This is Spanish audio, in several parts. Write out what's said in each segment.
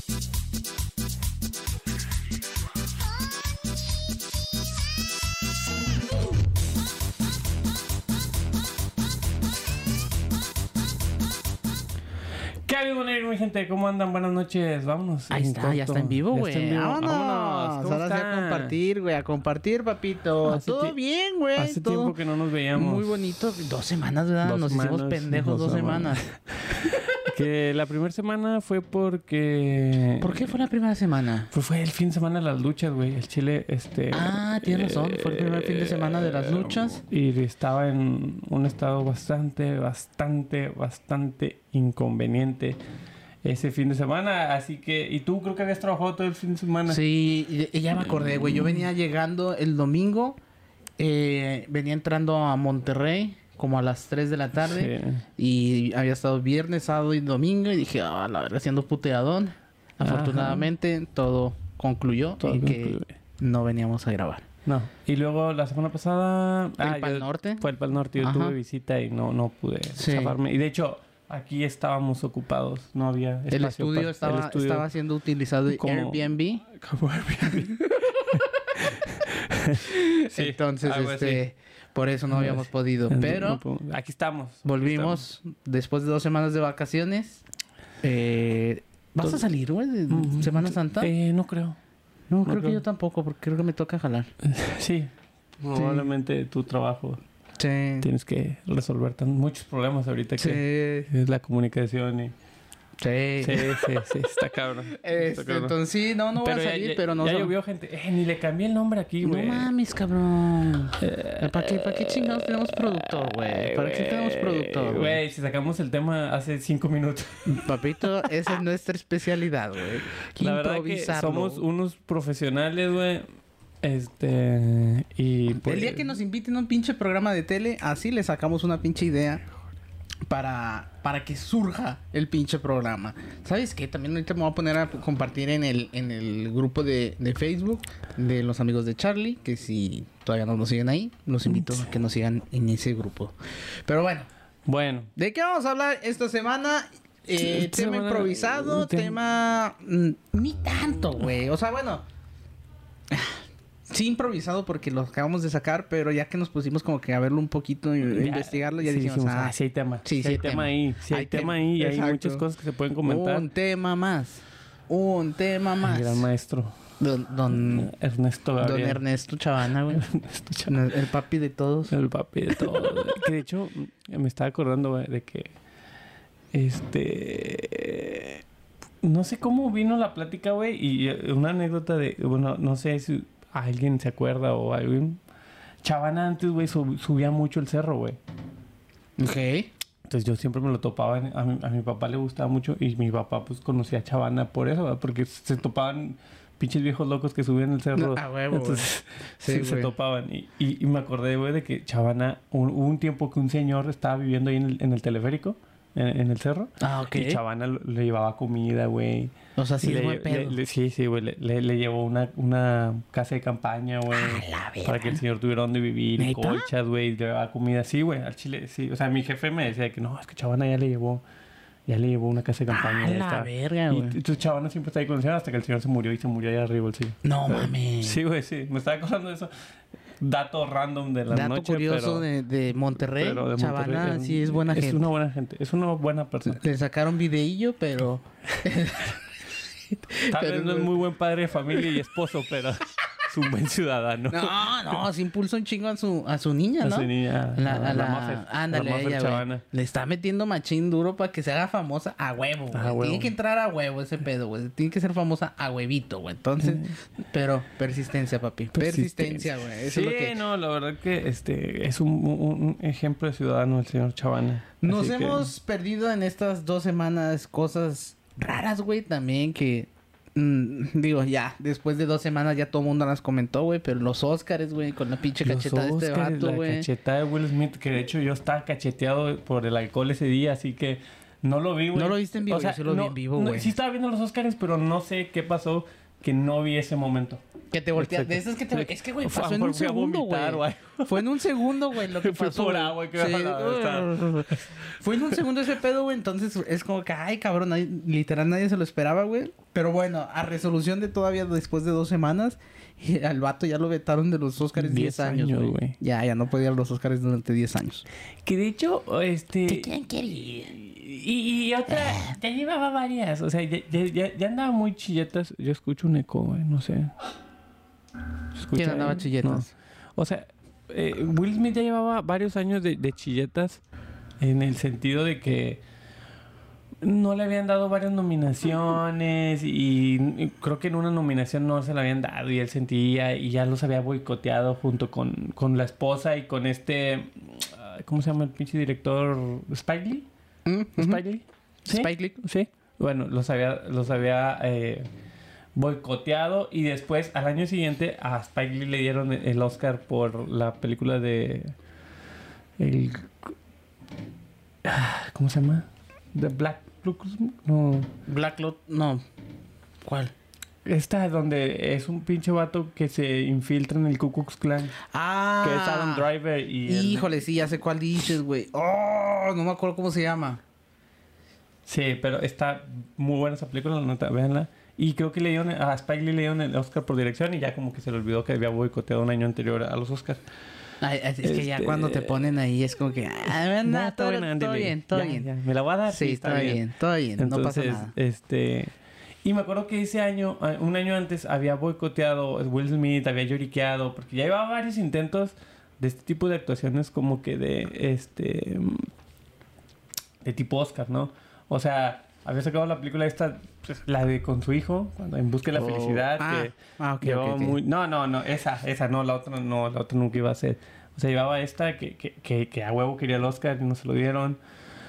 Mi gente, ¿cómo andan? Buenas noches, vámonos. Ahí está, ya está en vivo, güey. Vámonos. Ahora sí a compartir, güey, a compartir, papito. Todo bien, güey. Hace tiempo que no nos veíamos. Muy bonito. 2 semanas, ¿verdad? Nos hicimos pendejos 2 semanas. Que la primera semana fue porque... ¿Por qué fue la primera semana? Fue el fin de semana de las luchas, güey. El Chile, tienes razón. Fue el primer fin de semana de las luchas. Y estaba en un estado bastante inconveniente ese fin de semana. Así que... ¿Y tú creo que habías trabajado todo el fin de semana? Sí, y ya me acordé, güey. Yo venía llegando el domingo. Venía entrando a Monterrey como a las 3 de la tarde. Sí. Y había estado viernes, sábado y domingo. Y dije, la verdad, siendo puteadón. Afortunadamente, todo concluyó. Que no veníamos a grabar. No. Y luego la semana pasada... ¿Fue el Pal Norte? Fue el Pal Norte. Yo tuve visita y no pude zafarme. Y de hecho... Aquí estábamos ocupados, no había espacio. El estudio estaba siendo utilizado como Airbnb. Como Airbnb. Sí, entonces, por eso no habíamos podido. Pero aquí estamos. Volvimos después de 2 semanas de vacaciones. ¿Vas a salir, güey, de Semana Santa? No creo. No creo que yo tampoco, porque creo que me toca jalar. Sí, probablemente tu trabajo. Sí. Tienes que resolver muchos problemas ahorita que es la comunicación y... Sí, está cabrón. Entonces sí, no voy a salir, pero no... Ya llovió, gente. Ni le cambié el nombre aquí, güey. No mames, cabrón. ¿Para qué chingados tenemos productor, güey? ¿Para qué tenemos productor, güey? Si sacamos el tema hace 5 minutos. Papito, esa es nuestra especialidad, güey. La verdad que somos unos profesionales, güey. Y pues... El día que nos inviten a un pinche programa de tele, así le sacamos una pinche idea para que surja el pinche programa. ¿Sabes qué? También ahorita me voy a poner a compartir en el grupo de Facebook de los amigos de Charlie, que si todavía no nos siguen ahí, los invito a que nos sigan en ese grupo. Pero bueno. ¿De qué vamos a hablar esta semana? Tema improvisado, tema... Ni tanto, güey. O sea, bueno... Sí, improvisado porque lo acabamos de sacar, pero ya que nos pusimos como que a verlo un poquito y investigarlo, ya dijimos, sí hay tema. Sí hay tema ahí. Sí hay tema ahí y hay muchas cosas que se pueden comentar. Un tema más. El gran maestro. Don Ernesto Gabriel. Don Ernesto Chavana, güey. El papi de todos. El papi de todos. Que de hecho, me estaba acordando, güey, de que... No sé cómo vino la plática, güey, y una anécdota de... Bueno, no sé si... ¿Alguien se acuerda o alguien? Chavana antes, güey, subía mucho el cerro, güey. Ok. Entonces yo siempre me lo topaba. A mi papá le gustaba mucho y mi papá pues conocía a Chavana por eso, ¿verdad? Porque se topaban pinches viejos locos que subían el cerro. A huevo, entonces se topaban. Y me acordé, güey, de que Chavana... Hubo un tiempo que un señor estaba viviendo ahí en el teleférico. En el cerro. Ok. Y Chavana le llevaba comida, güey. O sea, sí es buen pedo. Sí, güey. Le llevó una casa de campaña, güey. Para que el señor tuviera donde vivir. ¿Neta? Colchas, güey. Le llevaba comida. Sí, güey. Al chile, sí. O sea, mi jefe me decía que no, es que Chavana ya le llevó una casa de campaña. La verga, güey. Y tu Chavana siempre está ahí con el señor hasta que el señor se murió y se murió allá arriba el señor. No mames. Sí, güey, sí. Me estaba acordando de eso. Dato random de la noche. Dato curioso de Monterrey. Chavana sí es buena gente. Es una buena gente. Es una buena persona. Le sacaron videillo, pero... Tal vez no es muy buen padre de familia y esposo, pero... es un buen ciudadano. No, se impulsa un chingo a su niña, ¿no? A su niña. Ándale, a ella, güey. Le está metiendo machín duro para que se haga famosa a huevo, güey. Tiene que entrar a huevo ese pedo, güey. Tiene que ser famosa a huevito, güey. Entonces, pero persistencia, papi. Persistencia, güey. Sí, no, la verdad que es un ejemplo de ciudadano el señor Chavana. Nos hemos perdido en estas 2 semanas cosas raras, güey, también que... digo, ya, después de 2 semanas ya todo el mundo las comentó, güey. Pero los Óscares, güey, con la pinche cachetada de este vato, güey. La cachetada de Will Smith, que de hecho yo estaba cacheteado por el alcohol ese día, así que no lo vi, güey. ¿No lo viste en vivo? O sea, yo sí lo vi en vivo, güey. Sí estaba viendo los Óscares, pero no sé qué pasó, que no vi ese momento. Que te volteas. De esas que te... Es que, güey, pasó en un segundo, güey. Fue en un segundo, güey, lo que pasó. Fue por agua, que fue en un segundo ese pedo, güey. Entonces, es como que... Ay, cabrón. Literal, nadie se lo esperaba, güey. Pero bueno, a resolución de todavía después de 2 semanas, al vato ya lo vetaron de los Oscars 10 años, güey. Ya no podía ir a los Oscars durante 10 años. Que de hecho, ¿Qué quieren Y otra, ya llevaba varias. O sea, ya andaba muy chilletas. Yo escucho un eco, güey, no sé. ¿Quién andaba chilletas? No. O sea, Will Smith ya llevaba varios años de chilletas en el sentido de que no le habían dado varias nominaciones y creo que en una nominación no se la habían dado y él sentía y ya los había boicoteado junto con la esposa y con ¿cómo se llama el pinche director? ¿Spike Lee? ¿Spike Lee? ¿Sí? Spike Lee. Sí. Bueno, los había boicoteado y después al año siguiente a Spike Lee le dieron el Oscar por la película de ¿cómo se llama? The Black no. Black Lot, no. ¿Cuál? Esta donde es un pinche vato que se infiltra en el Ku Klux Klan. Ah. Que es Adam Driver y... Híjole, sí, ya sé cuál dices, güey. Oh, no me acuerdo cómo se llama. Sí, pero está muy buena esa película, la neta, véanla. Y creo que a Spike Lee le dieron el Oscar por dirección y ya como que se le olvidó que había boicoteado un año anterior a los Oscars. Ay, es que ya cuando te ponen ahí es como que... todo bien. Ya. Me la voy a dar. Sí, está bien. Entonces, no pasa nada. Y me acuerdo que ese año, un año antes, había boicoteado Will Smith, había lloriqueado, porque ya llevaba varios intentos de este tipo de actuaciones como que de tipo Oscar, ¿no? O sea, había sacado la película esta, pues, la de con su hijo, cuando En Busca de la Felicidad, que llevaba muy... No, esa no, la otra nunca iba a ser. O sea, llevaba esta que a huevo quería el Oscar y no se lo dieron.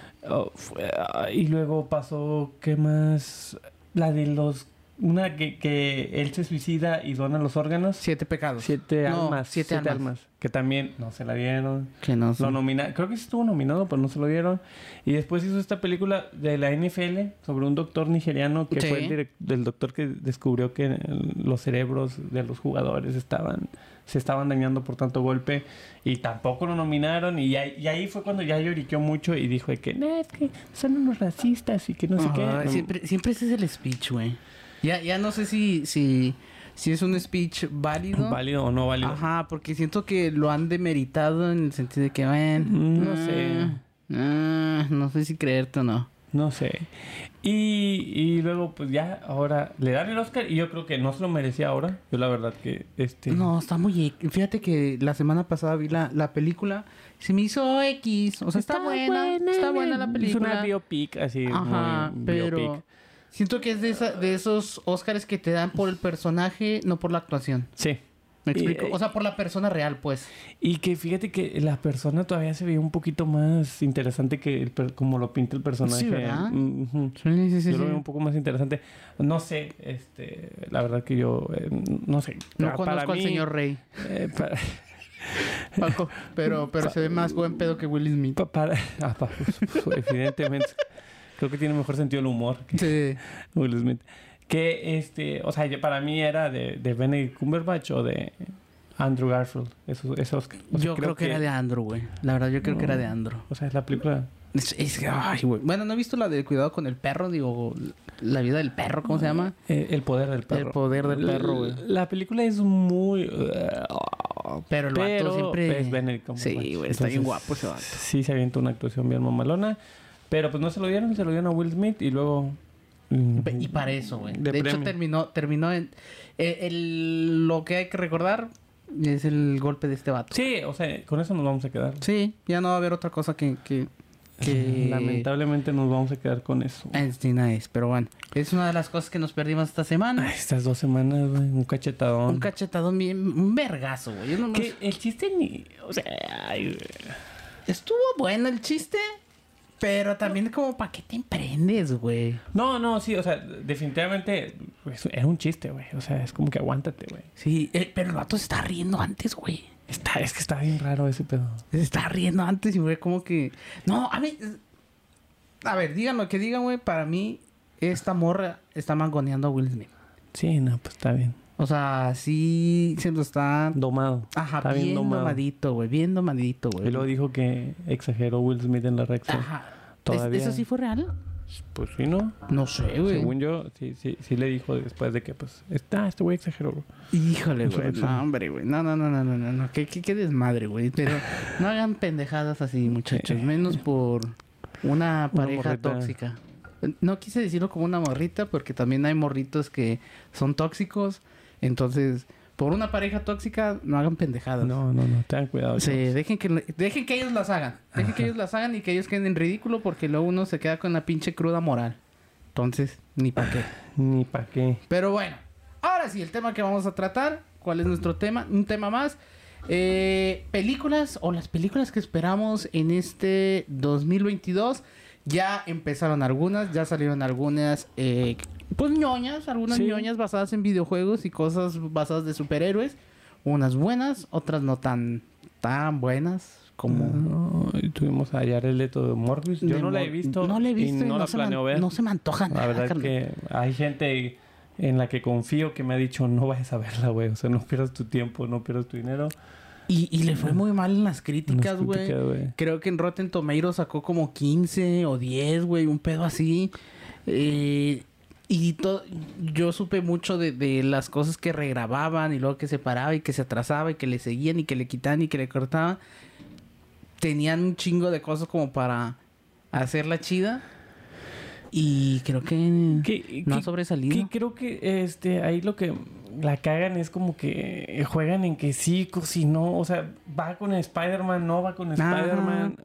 Y luego pasó, ¿qué más? La de una que él se suicida y dona los órganos. 7 pecados. 7 No, almas. 7 almas. Que también no se la dieron. Que no sé. Lo nominaron. Creo que sí estuvo nominado, pero no se lo dieron. Y después hizo esta película de la NFL sobre un doctor nigeriano que fue el doctor que descubrió que los cerebros de los jugadores se estaban dañando por tanto golpe. Y tampoco lo nominaron. Y ahí fue cuando ya lloriqueó mucho y dijo de que, no, es que son unos racistas y que no sé qué. Siempre ese es el speech, güey. Ya no sé si es un speech válido. Válido o no válido. Ajá, porque siento que lo han demeritado en el sentido de que, no sé. No sé si creerte o no. No sé. Y luego, pues ya, ahora le dan el Oscar y yo creo que no se lo merecía ahora. Yo la verdad que No, está muy... Fíjate que la semana pasada vi la película. Se me hizo X. O sea, está buena. Está buena la película. Es una biopic, así. Ajá, muy pero... biopic. Siento que es de esos Oscars que te dan por el personaje, no por la actuación. Sí. ¿Me explico? O sea, por la persona real, pues. Y que fíjate que la persona todavía se ve un poquito más interesante que como lo pinta el personaje. Sí, ¿verdad? Sí. Yo lo veo un poco más interesante. No sé, la verdad que yo, no sé. No conozco al señor Rey. Paco, pero se ve más buen pedo que Will Smith. Evidentemente. Creo que tiene mejor sentido el humor que Will Smith. Que, o sea, para mí era de Benedict Cumberbatch o de Andrew Garfield. Esos Oscar. Yo creo que era de Andrew, güey. La verdad, yo creo que era de Andrew. O sea, es la película... Ay, güey. Bueno, no he visto la de Cuidado con el perro, digo... La vida del perro, ¿cómo se llama? El poder del perro. El poder del perro, güey. La película es muy... pero el vato siempre... es Benedict Cumberbatch. Sí, güey. Está bien guapo ese vato. Sí, se avienta una actuación bien mamalona. Pero pues no se lo dieron a Will Smith y luego... Y para eso, güey. De hecho, terminó en... lo que hay que recordar es el golpe de este vato. Sí, o sea, con eso nos vamos a quedar. Sí, ya no va a haber otra cosa que... Lamentablemente nos vamos a quedar con eso. Pero bueno, es una de las cosas que nos perdimos esta semana. Estas 2 semanas, güey. Un cachetadón. Un cachetadón bien... Un vergazo, güey. Que el chiste ni... O sea... Estuvo bueno el chiste... Pero también como, ¿para qué te emprendes, güey? No, sí, o sea, definitivamente pues, era un chiste, güey. O sea, es como que aguántate, güey. Sí, pero el vato se está riendo antes, güey. Es que está bien raro ese pedo. Se está riendo antes y, güey, como que... No, a ver, digan lo que digan, güey. Para mí, esta morra está mangoneando a Will Smith. Sí, no, pues está bien. O sea, sí se lo está... Domado. Ajá, está bien domadito, güey. Bien domadito, güey. Y luego dijo que exageró Will Smith en la reacción. Ajá. Todavía... ¿Eso sí fue real? Pues sí, ¿no? No sé, güey. Según yo, sí le dijo después de que, pues, este güey exageró, güey. Híjole, güey. No, hombre, güey. No. Qué desmadre, güey. Pero no hagan pendejadas así, muchachos. Menos por una pareja morrita tóxica. No quise decirlo como una morrita porque también hay morritos que son tóxicos. Entonces, por una pareja tóxica, no hagan pendejadas. No. Tengan cuidado. Sí, dejen que ellos las hagan. Dejen que ellos las hagan y que ellos queden en ridículo porque luego uno se queda con la pinche cruda moral. Entonces, ni para qué. Ni para qué. Pero bueno, ahora sí, el tema que vamos a tratar. ¿Cuál es nuestro tema? Un tema más. Películas o las películas que esperamos en este 2022. Ya empezaron algunas, ya salieron algunas, pues ñoñas, algunas ñoñas basadas en videojuegos y cosas basadas de superhéroes. Unas buenas, otras no tan buenas como... No, tuvimos a Jared Leto de Morbius. Yo no la he visto. No la he visto y no la planeo ver. No se me antoja nada. La verdad es que hay gente en la que confío que me ha dicho no vayas a verla, güey. O sea, no pierdas tu tiempo, no pierdas tu dinero. Y le fue muy mal en las críticas, güey. Creo que en Rotten Tomatoes sacó como 15 o 10, güey. Un pedo así. Yo supe mucho de las cosas que regrababan y luego que se paraba y que se atrasaba y que le seguían y que le quitaban y que le cortaban. Tenían un chingo de cosas como para hacerla chida. Y creo que no ha sobresalido. Creo que ahí lo que la cagan es como que juegan en que sí, si no. O sea, va con Spider-Man, no va con Spider-Man.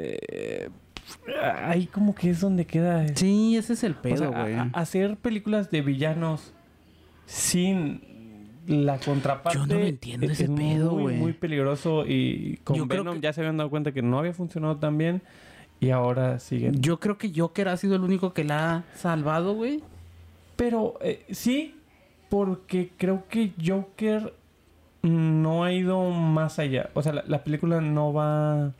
Ahí como que es donde queda. Sí, ese es el pedo, güey. Hacer películas de villanos sin la contraparte. Yo no lo entiendo ese pedo, güey. Muy peligroso. Y con Venom ya se habían dado cuenta que no había funcionado tan bien. Y ahora siguen. Yo creo que Joker ha sido el único que la ha salvado, güey. Pero sí, porque creo que Joker no ha ido más allá. O sea, la película no va...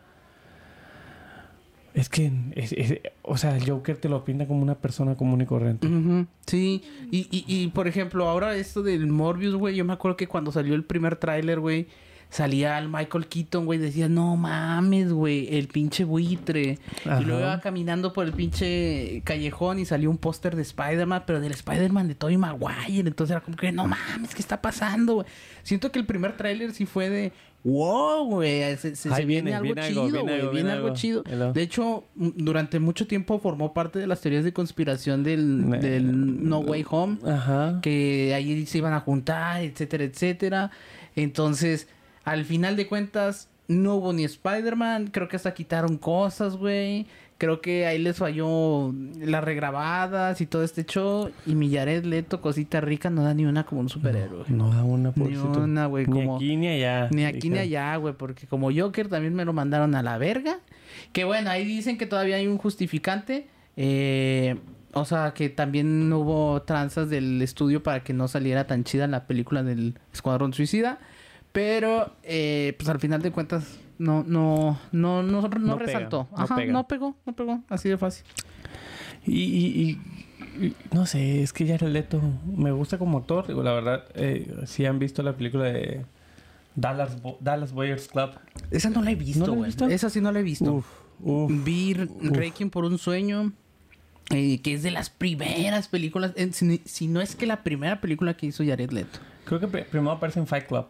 Es que, o sea, el Joker te lo pinta como una persona común y corriente. Uh-huh. Sí, y por ejemplo, ahora esto del Morbius, güey, yo me acuerdo que cuando salió el primer tráiler, güey, salía el Michael Keaton, güey, decía, no mames, güey, el pinche buitre. Ajá. Y luego iba caminando por el pinche callejón y salió un póster de Spider-Man, pero del Spider-Man de Tobey Maguire. Entonces era como que, no mames, ¿qué está pasando, güey? Siento que el primer tráiler sí fue de... Wow, güey, se viene algo chido, güey. Viene algo chido. De hecho, durante mucho tiempo formó parte de las teorías de conspiración del No Way Home. Ajá. Que ahí se iban a juntar, etcétera, etcétera. Entonces, al final de cuentas, no hubo ni Spider-Man. Creo que hasta quitaron cosas, güey. Creo que ahí les falló las regrabadas y todo este show. Y mi Jared Leto, cosita rica, no da ni una como un superhéroe. No da una, por ni una, güey. Ni aquí ni allá. Ni aquí ni allá, güey. Porque como Joker también me lo mandaron a la verga. Que bueno, ahí dicen que todavía hay un justificante. O sea, que también hubo tranzas del estudio para que no saliera tan chida la película del Escuadrón Suicida. Pero, pues al final de cuentas... No resaltó. Ajá, no pegó. Así de fácil. Y no sé, es que Jared Leto me gusta como actor. Digo, la verdad, si han visto la película de Dallas Buyers Club. Esa no la he visto, güey. Esa sí no la he visto. Vi Requiem por un sueño. Que es de las primeras películas. Si no es que la primera película que hizo Jared Leto. Creo que primero aparece en Fight Club.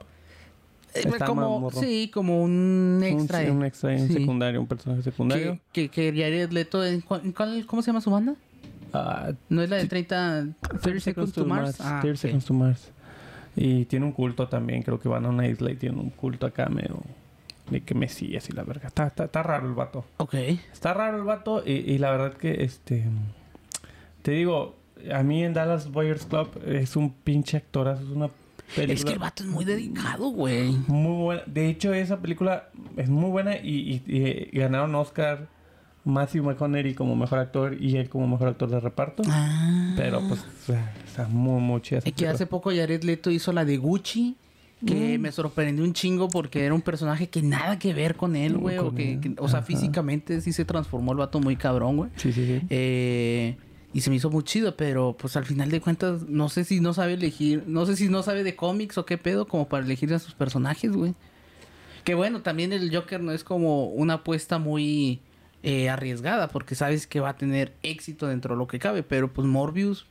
Como un extra. Un extra, un secundario, un personaje secundario. Que Jared Leto... ¿Cómo se llama su banda? ¿No es la de 30 Seconds to Mars? 30 Seconds to Mars. Y tiene un culto también. Creo que van a una isla y tiene un culto acá medio... De que Mesías y la verga. Está raro el vato. Ok. Está raro el vato y la verdad que te digo... A mí en Dallas Buyers Club es un pinche actorazo. Es una película... Es que el vato es muy dedicado, güey. Muy buena. De hecho, esa película es muy buena y ganaron Oscar Matthew McConaughey como mejor actor y él como mejor actor de reparto. Pero pues está muy chida. Es que hace poco Jared Leto hizo la de Gucci. Que me sorprendió un chingo porque era un personaje que nada que ver con él, güey. O sea, físicamente sí se transformó el vato muy cabrón, güey. Sí. Y se me hizo muy chido, pero pues al final de cuentas no sé si no sabe elegir, no sé si no sabe de cómics o qué pedo como para elegir a sus personajes, güey. Que bueno, también el Joker no es como una apuesta muy arriesgada porque sabes que va a tener éxito dentro de lo que cabe. Pero pues Morbius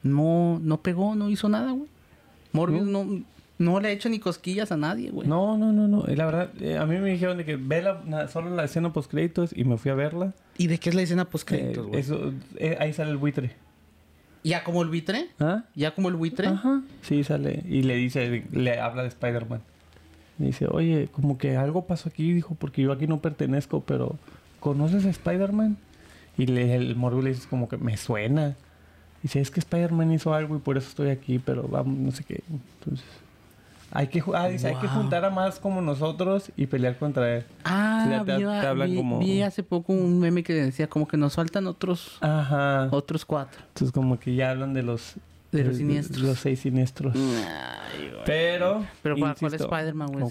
no pegó, no hizo nada, güey. Morbius no le ha hecho ni cosquillas a nadie, güey. No. La verdad, a mí me dijeron de que ve solo la escena post créditos y me fui a verla. ¿Y de qué es la escena post créditos, güey? Ahí sale el buitre. ¿Ya como el buitre? ¿Ah? ¿Ya como el buitre? Ajá. Sí, sale. Y le habla de Spider-Man. Le dice, oye, como que algo pasó aquí, dijo, porque yo aquí no pertenezco, pero ¿conoces a Spider-Man? Y el Morbius le dice como que me suena. Dice, es que Spider-Man hizo algo y por eso estoy aquí, pero vamos, no sé qué. Entonces, hay que juntar a más como nosotros y pelear contra él. Ah, te hablan vi hace poco un meme que decía como que nos faltan otros 4. Entonces como que ya hablan de los siniestros. Los 6 siniestros. Ay, Pero ¿cuál Spider-Man, güey?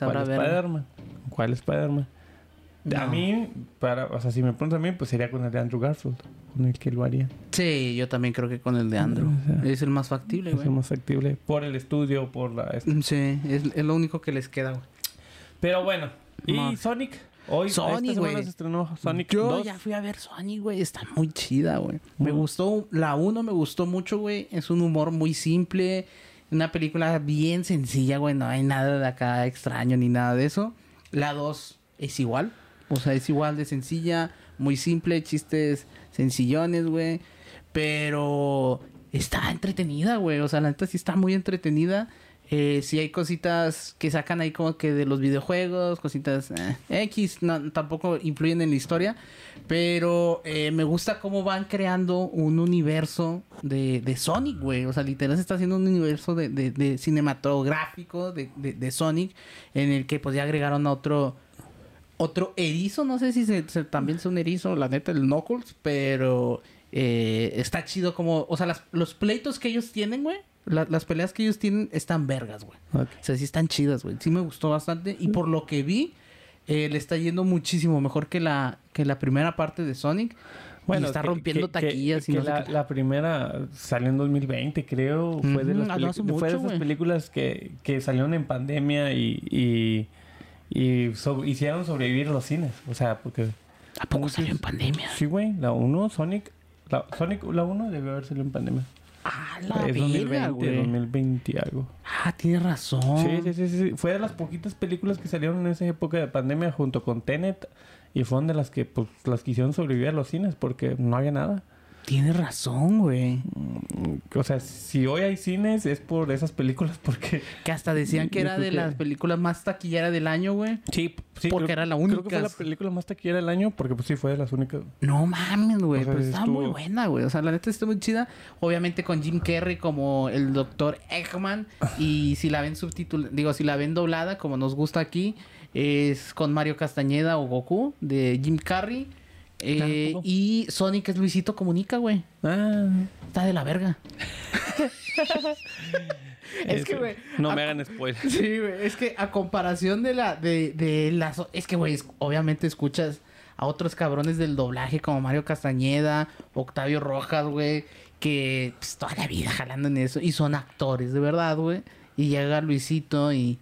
¿Cuál Spider-Man? No. A mí, si me preguntas a mí, pues sería con el de Andrew Garfield, con el que lo haría. Sí, yo también creo que con el de Andrew. O sea, es el más factible, güey. Es el más factible. Por el estudio, por la... Sí, es lo único que les queda, güey. Pero bueno. ¿Y Sonic? Hoy, Sonic, güey. Se estrenó Sonic Yo 2. ya fui a ver Sonic, güey. Está muy chida, güey. Me gustó. La 1 me gustó mucho, güey. Es un humor muy simple. Una película bien sencilla, güey. No hay nada de acá extraño ni nada de eso. La 2 es igual. O sea, es igual de sencilla. Muy simple. Chistes sencillones, güey. Pero está entretenida, güey. O sea, la neta sí está muy entretenida. Sí hay cositas que sacan ahí como que de los videojuegos, cositas X, tampoco influyen en la historia, pero me gusta cómo van creando un universo de Sonic, güey. O sea, literal se está haciendo un universo de cinematográfico de Sonic, en el que pues ya agregaron a otro erizo, no sé si también es un erizo, la neta, el Knuckles, pero está chido como, o sea, los pleitos que ellos tienen, güey. Las peleas que ellos tienen están vergas, güey. Okay. O sea, sí están chidas, güey. Sí me gustó bastante. Y por lo que vi, le está yendo muchísimo mejor que la primera parte de Sonic. Bueno, y está rompiendo taquillas. La primera salió en 2020, creo. Fue de esas películas que salieron en pandemia y hicieron sobrevivir los cines. O sea, porque... ¿A poco salió en pandemia? Sí, güey. La 1, Sonic... La 1 debió haber salido en pandemia. Ah, la verga, güey. 2020 algo. Ah, tienes razón. Sí. Fue de las poquitas películas que salieron en esa época de pandemia junto con Tenet. Y fueron de las que, pues, las quisieron sobrevivir a los cines porque no había nada. Tienes razón, güey. O sea, si hoy hay cines es por esas películas porque... Que hasta decían que era de las películas más taquilleras del año, güey. Sí. Porque era la única. Creo que fue la película más taquillera del año porque pues sí fue de las únicas. No mames, güey. O sea, pero estaba muy buena, güey. O sea, la neta está muy chida. Obviamente con Jim Carrey como el Dr. Eggman. Y si la ven si la ven doblada como nos gusta aquí, es con Mario Castañeda o Goku de Jim Carrey. Y Sonic es Luisito Comunica, güey. Está de la verga. Es que, güey... No me hagan spoiler. Sí, güey. Es que a comparación de las... Es que, güey, obviamente escuchas a otros cabrones del doblaje como Mario Castañeda, Octavio Rojas, güey, que pues, toda la vida jalando en eso. Y son actores, de verdad, güey. Y llega Luisito y...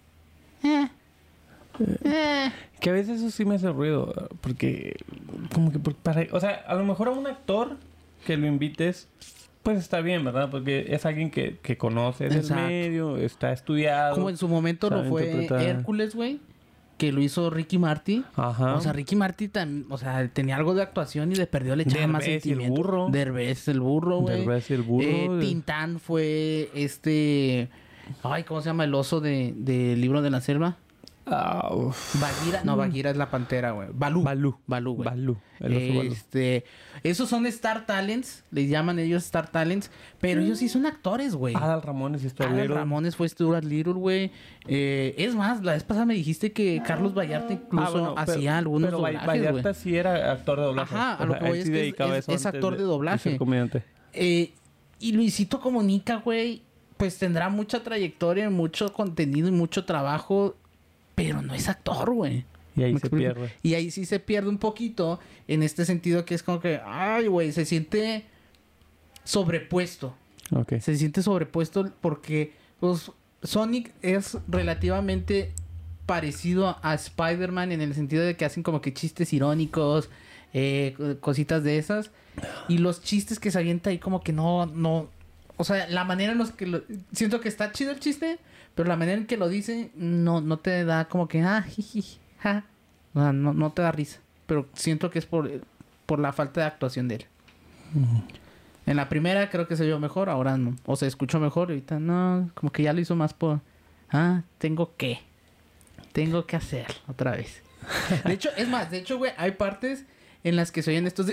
Que a veces eso sí me hace ruido. Porque... Como que o sea, a lo mejor a un actor que lo invites... Pues está bien, ¿verdad? Porque es alguien que conoce del medio, está estudiado. Como en su momento lo fue Hércules, güey. Que lo hizo Ricky Martin. Ajá. O sea, Ricky Martin tenía algo de actuación y le perdió, le echaba más sentimiento. Derbez el burro, güey. Tintán fue Ay, ¿cómo se llama? El oso del libro de la selva. Bagheera, no, Bagheera es la pantera, güey. Balú, güey. Balú. El oso Balú. Esos son Star Talents, les llaman ellos Star Talents, pero ellos sí son actores, güey. Adal Ramones y Stuart Little. Adal Ramones fue Stuart Little, güey. Es más, la vez pasada me dijiste que Carlos Vallarta incluso hacía algunos doblajes, güey. Pero Vallarta sí era actor de doblaje. Ajá, a lo que voy es que es actor de doblaje. Comediante. Y Luisito Comunica, güey, pues tendrá mucha trayectoria, mucho contenido y mucho trabajo. Pero no es actor, güey. Y ahí se pierde. Y ahí sí se pierde un poquito. En este sentido que es como que... Ay, güey. Se siente sobrepuesto. Okay. Se siente sobrepuesto porque... Pues, Sonic es relativamente parecido a Spider-Man en el sentido de que hacen como que chistes irónicos. cositas de esas. Y los chistes que se avienta ahí como que no... O sea, la manera en los que siento que está chido el chiste, pero la manera en que lo dice no te da como que... ja. No te da risa. Pero siento que es por la falta de actuación de él. En la primera creo que se vio mejor, ahora no. O se escuchó mejor, ahorita no. Como que ya lo hizo más por... tengo que hacer otra vez. De hecho, güey, hay partes en las que se oyen estos de...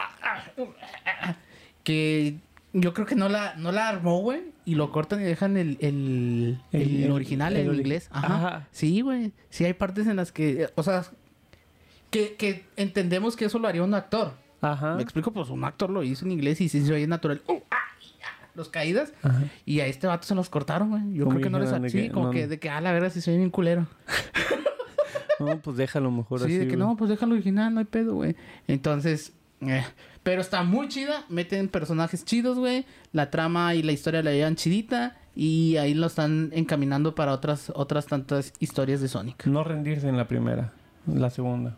que yo creo que no la armó, güey. Y lo cortan y dejan el original, en inglés. Ajá. Sí, güey. Sí hay partes en las que... O sea... Que entendemos que eso lo haría un actor. Ajá. Me explico, pues un actor lo hizo en inglés y sí se oye natural. Los caídas. Ajá. Y a este vato se los cortaron, güey. Yo creo que no les... Sí, como que de que, la verdad, sí se oye bien culero. No, pues déjalo mejor así. Sí, de que no, pues déjalo original, no hay pedo, güey. Entonces... Pero está muy chida. Meten personajes chidos, güey. La trama y la historia la llevan chidita. Y ahí lo están encaminando para otras tantas historias de Sonic. No rendirse en la primera. La segunda.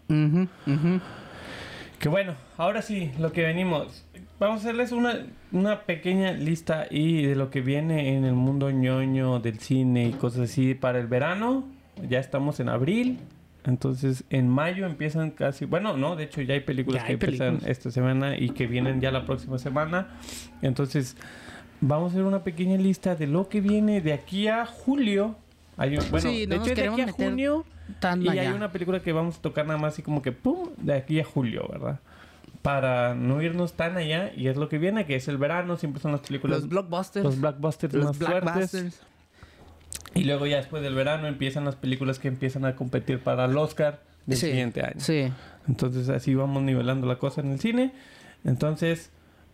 Que bueno, ahora sí, lo que venimos. Vamos a hacerles una pequeña lista y de lo que viene en el mundo ñoño del cine y cosas así para el verano. Ya estamos en abril. Entonces, en mayo empiezan casi... Bueno, no, de hecho ya hay películas que empiezan esta semana y que vienen ya la próxima semana. Entonces, vamos a hacer una pequeña lista de lo que viene de aquí a julio. Sí, de hecho es de aquí a junio. Y hay una película que vamos a tocar nada más así como que ¡pum! De aquí a julio, ¿verdad? Para no irnos tan allá. Y es lo que viene, que es el verano. Siempre son las películas... Los blockbusters. Los blockbusters más fuertes. Y luego ya después del verano empiezan las películas que empiezan a competir para el Oscar del siguiente año. Sí. Entonces así vamos nivelando la cosa en el cine. Entonces,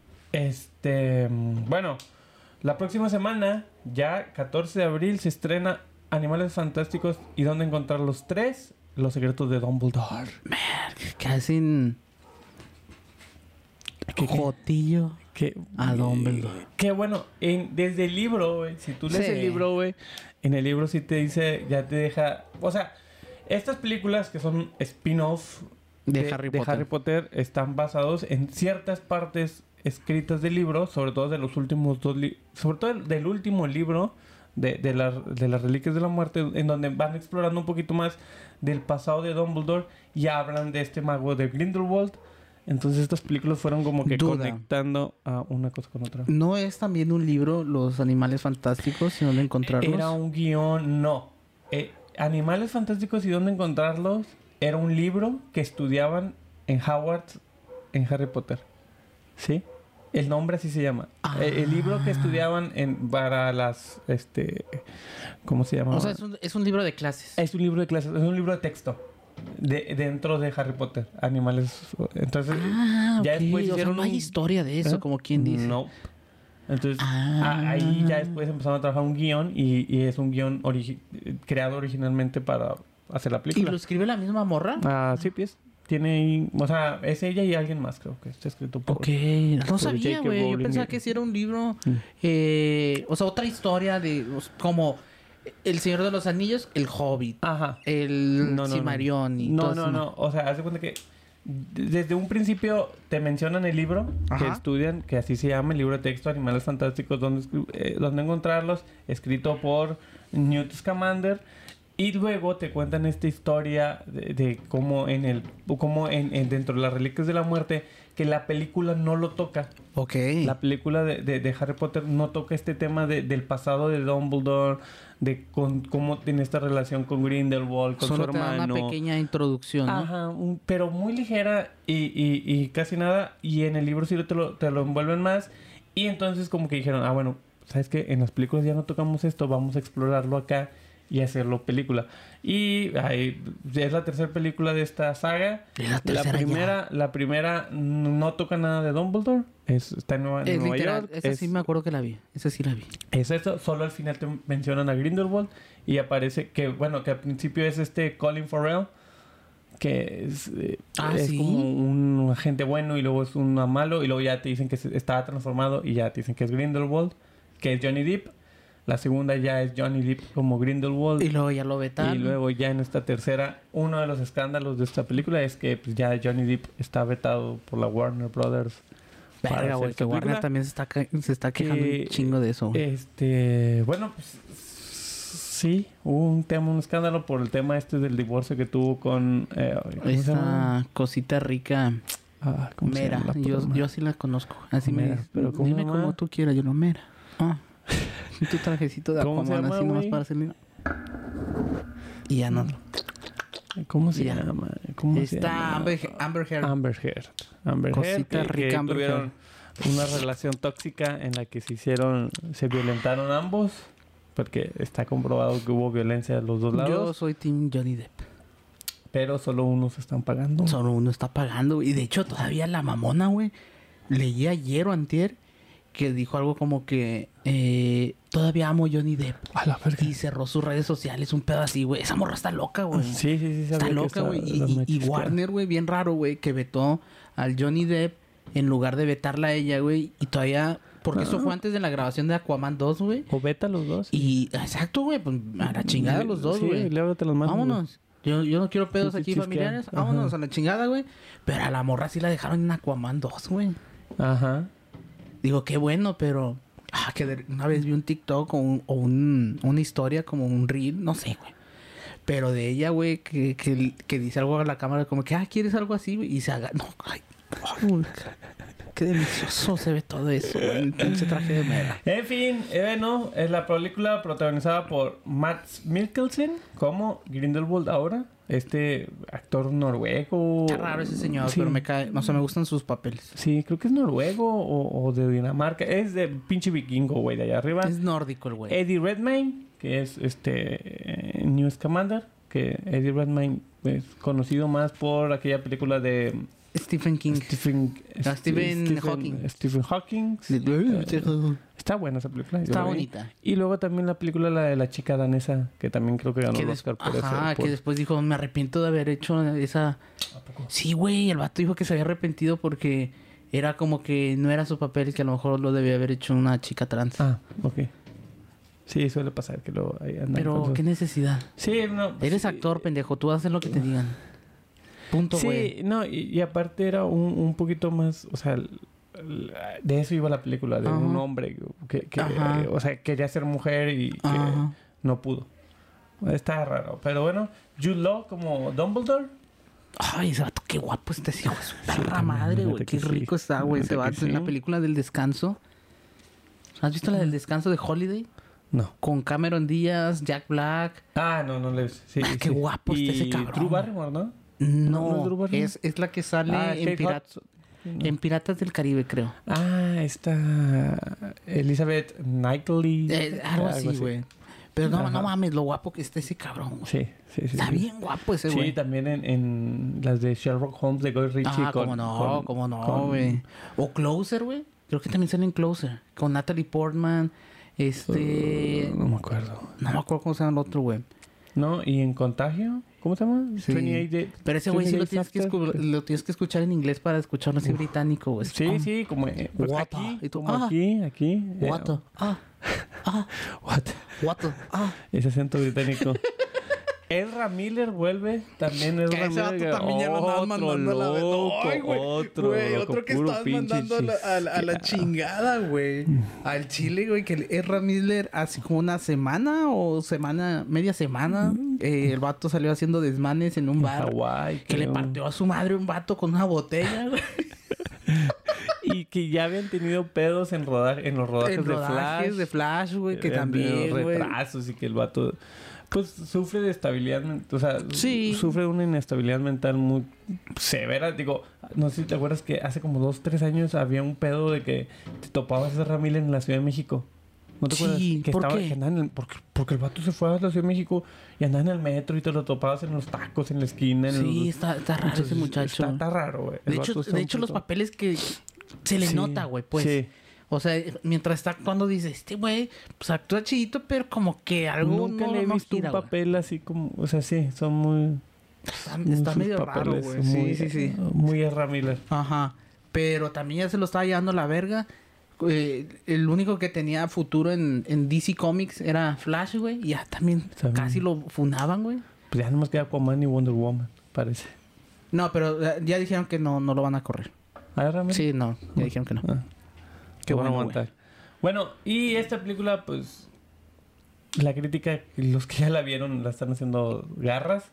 bueno, la próxima semana, ya 14 de abril, se estrena Animales Fantásticos y dónde encontrar los 3, Los secretos de Dumbledore. Casi jotillo a Dumbledore. Que bueno, desde el libro, güey, si tú lees el libro, güey, en el libro sí te dice, ya te deja... O sea, estas películas que son spin-off de Harry Potter están basados en ciertas partes escritas del libro, sobre todo de los últimos sobre todo del último libro de las Reliquias de la Muerte, en donde van explorando un poquito más del pasado de Dumbledore y hablan de este mago de Grindelwald. Entonces estas películas fueron como que conectando a una cosa con otra. ¿No es también un libro, Los Animales Fantásticos y dónde encontrarlos? Era un guión, no. Animales Fantásticos y dónde encontrarlos era un libro que estudiaban en Hogwarts en Harry Potter. ¿Sí? El nombre así se llama. El libro que estudiaban para las... ¿Cómo se llama? O sea, es un libro de clases. Es un libro de clases. Es un libro de texto. Dentro de Harry Potter. Animales... Entonces... ya después hicieron no hay historia de eso, como quien dice. No. Entonces... ahí ya después empezaron a trabajar un guión. Y es un guión creado originalmente para hacer la película. ¿Y lo escribe la misma morra? Sí, pues. Tiene... O sea, es ella y alguien más, creo que está escrito por... Ok. No sabía, güey. Yo pensaba que sí era un libro... o sea, otra historia de... Como... El Señor de los Anillos, el Hobbit. Ajá. El Silmarillion y todo eso. No. O sea, haz de cuenta que... Desde un principio te mencionan el libro que estudian, que así se llama, el libro de texto Animales Fantásticos, donde encontrarlos, escrito por Newt Scamander. Y luego te cuentan esta historia de cómo dentro de las Reliquias de la Muerte, que la película no lo toca. Ok. La película de Harry Potter no toca este tema del pasado de Dumbledore, de cómo tiene esta relación con Grindelwald, con Solo su hermano. Te da una pequeña introducción, ¿no? Ajá, pero muy ligera y casi nada. Y en el libro sí te lo envuelven más. Y entonces como que dijeron, bueno, ¿sabes qué? En las películas ya no tocamos esto, vamos a explorarlo acá y hacerlo película. Y es la tercera película de esta saga. La primera no toca nada de Dumbledore. Está en Nueva York. Esa sí me acuerdo que la vi. Esa sí la vi. Es eso. Solo al final te mencionan a Grindelwald. Y aparece que al principio es Colin Farrell. Que es como un agente bueno y luego es un malo. Y luego ya te dicen que está transformado y ya te dicen que es Grindelwald. Que es Johnny Depp. La segunda ya es Johnny Depp como Grindelwald. Y luego ya lo vetaron. Y luego ya en esta tercera, uno de los escándalos de esta película es que pues, ya Johnny Depp está vetado por la Warner Brothers. Verga, güey, que Warner también se está quejando un chingo de eso. Bueno, pues sí, hubo un escándalo por el tema del divorcio que tuvo con... esa cosita rica... ¿cómo se llama? Mera. Yo sí la conozco. Así Mera, pero dime como tú quieras. Yo no, Mera. Tu trajecito de Aquaman así nomás para hacerle... Y ya no. ¿Cómo se llama? ¿Cómo se llama? Amber Heard. Amber Heard. Cosita rica, que Amber Heard. tuvieron una relación tóxica en la que se violentaron ambos. Porque está comprobado que hubo violencia de los dos lados. Yo soy Team Johnny Depp. Pero solo unos están pagando. Solo uno está pagando. Y de hecho todavía la mamona, güey. Leí ayer o antier que dijo algo como que todavía amo a Johnny Depp. A la verga. Y cerró sus redes sociales, un pedo así, güey. Esa morra está loca, güey. Sí. Está loca, güey. Y Warner, güey, bien raro, güey, que vetó al Johnny Depp en lugar de vetarla a ella, güey. Y todavía... Porque eso fue antes de la grabación de Aquaman 2, güey. O veta los dos. Y... Exacto, güey. Pues a la chingada los dos, güey. Sí, luego te los mando. Vámonos. Yo no quiero pedos aquí familiares. Ajá. Vámonos a la chingada, güey. Pero a la morra sí la dejaron en Aquaman 2, güey. Ajá. Digo, qué bueno, pero... una vez vi un TikTok o una historia, como un reel, no sé, güey. Pero de ella, güey, que dice algo a la cámara, como que, ¿quieres algo así? Y se haga... No, güey. Qué delicioso se ve todo eso, güey. El pinche traje de Mera. En fin, no, es la película protagonizada por Mads Mikkelsen como Grindelwald ahora. Actor noruego. Está raro ese señor, sí. pero me cae... No sé, me gustan sus papeles. Sí, creo que es noruego o de Dinamarca. Es de pinche vikingo, güey, de allá arriba. Es nórdico el güey. Eddie Redmayne, que es New Scamander. Que Eddie Redmayne es conocido más por aquella película de... Stephen King. Stephen Hawking. Stephen Hawking. Está buena esa película. Está bonita. Y luego también la película la de la chica danesa, que también creo que ganó el Oscar por eso. Que después dijo, me arrepiento de haber hecho esa... ¿A poco? Sí, güey, el vato dijo que se había arrepentido porque era como que no era su papel, que a lo mejor lo debía haber hecho una chica trans. Ok. Sí, suele pasar que lo... Pero, ¿qué necesidad? Sí, no... Eres actor, pendejo. Tú haces lo que te digan. Punto, güey. Sí, no, y aparte era un poquito más, o sea, de eso iba la película, de un hombre que o sea, quería ser mujer y que no pudo. Está raro, pero bueno, Jude Law como Dumbledore. Ay, ese vato, qué guapo este hijo de su perra madre, güey. Qué rico está, güey, ese vato. En la película del descanso. ¿Has visto la del descanso de Holiday? No. Con Cameron Díaz, Jack Black. No le... Sí, qué guapo está ese cabrón. Drew Barrymore, ¿no? No, es la que sale en Piratas del Caribe, creo. Esta... Elizabeth Knightley. Algo así, güey. Pero no mames, lo guapo que está ese cabrón. Sí. Está bien guapo ese güey. Sí, también en las de Sherlock Holmes de Guy Ritchie. Cómo no, güey. O Closer, güey. Creo que también sale en Closer. Con Natalie Portman. No me acuerdo. No me acuerdo cómo se llama el otro, güey. No, ¿y en Contagio? ¿Cómo se llama? Sí. Pero ese güey sí lo tienes que escuchar en inglés para escucharlo así británico, güey. Sí, como What? aquí, como aquí. What? What? Ese acento británico. Ezra Miller vuelve. También Ezra Miller. También ya lo andaban mandando a la... Otro que estaban mandando a la chingada, güey. Al Chile, güey, que Ezra Miller hace como una media semana, el vato salió haciendo desmanes en un bar. Hawái, que le partió a su madre un vato con una botella, güey. Y que ya habían tenido pedos en los rodajes de Flash, güey, que también, güey. Retrasos y que el vato... Pues sufre de estabilidad, o sea, sufre una inestabilidad mental muy severa. Digo, no sé si te acuerdas que hace como 2-3 años había un pedo de que te topabas a Ramírez en la Ciudad de México. ¿No te acuerdas? ¿Por qué? Porque el vato se fue a la Ciudad de México y andaba en el metro y te lo topabas en los tacos, en la esquina. Está raro ese muchacho. Está raro, güey. De hecho, los papeles que se le nota, güey, pues. Sí. O sea, mientras está actuando, dice, este güey, pues actúa chidito, pero como que algo nunca le he visto un papel así como... O sea, sí, son muy... Está medio raro, güey. Sí. Muy Ezra Miller. Ajá. Pero también ya se lo estaba llevando a la verga el único que tenía futuro en DC Comics era Flash, güey. Y ya también casi lo fundaban, güey. Pues ya nomás queda Aquaman y Wonder Woman, parece. No, pero ya dijeron que no lo van a correr. ¿Ah, realmente? Sí, no. Ya dijeron que no. Qué bueno aguantar. Bueno, y esta película, pues... La crítica, los que ya la vieron, la están haciendo garras.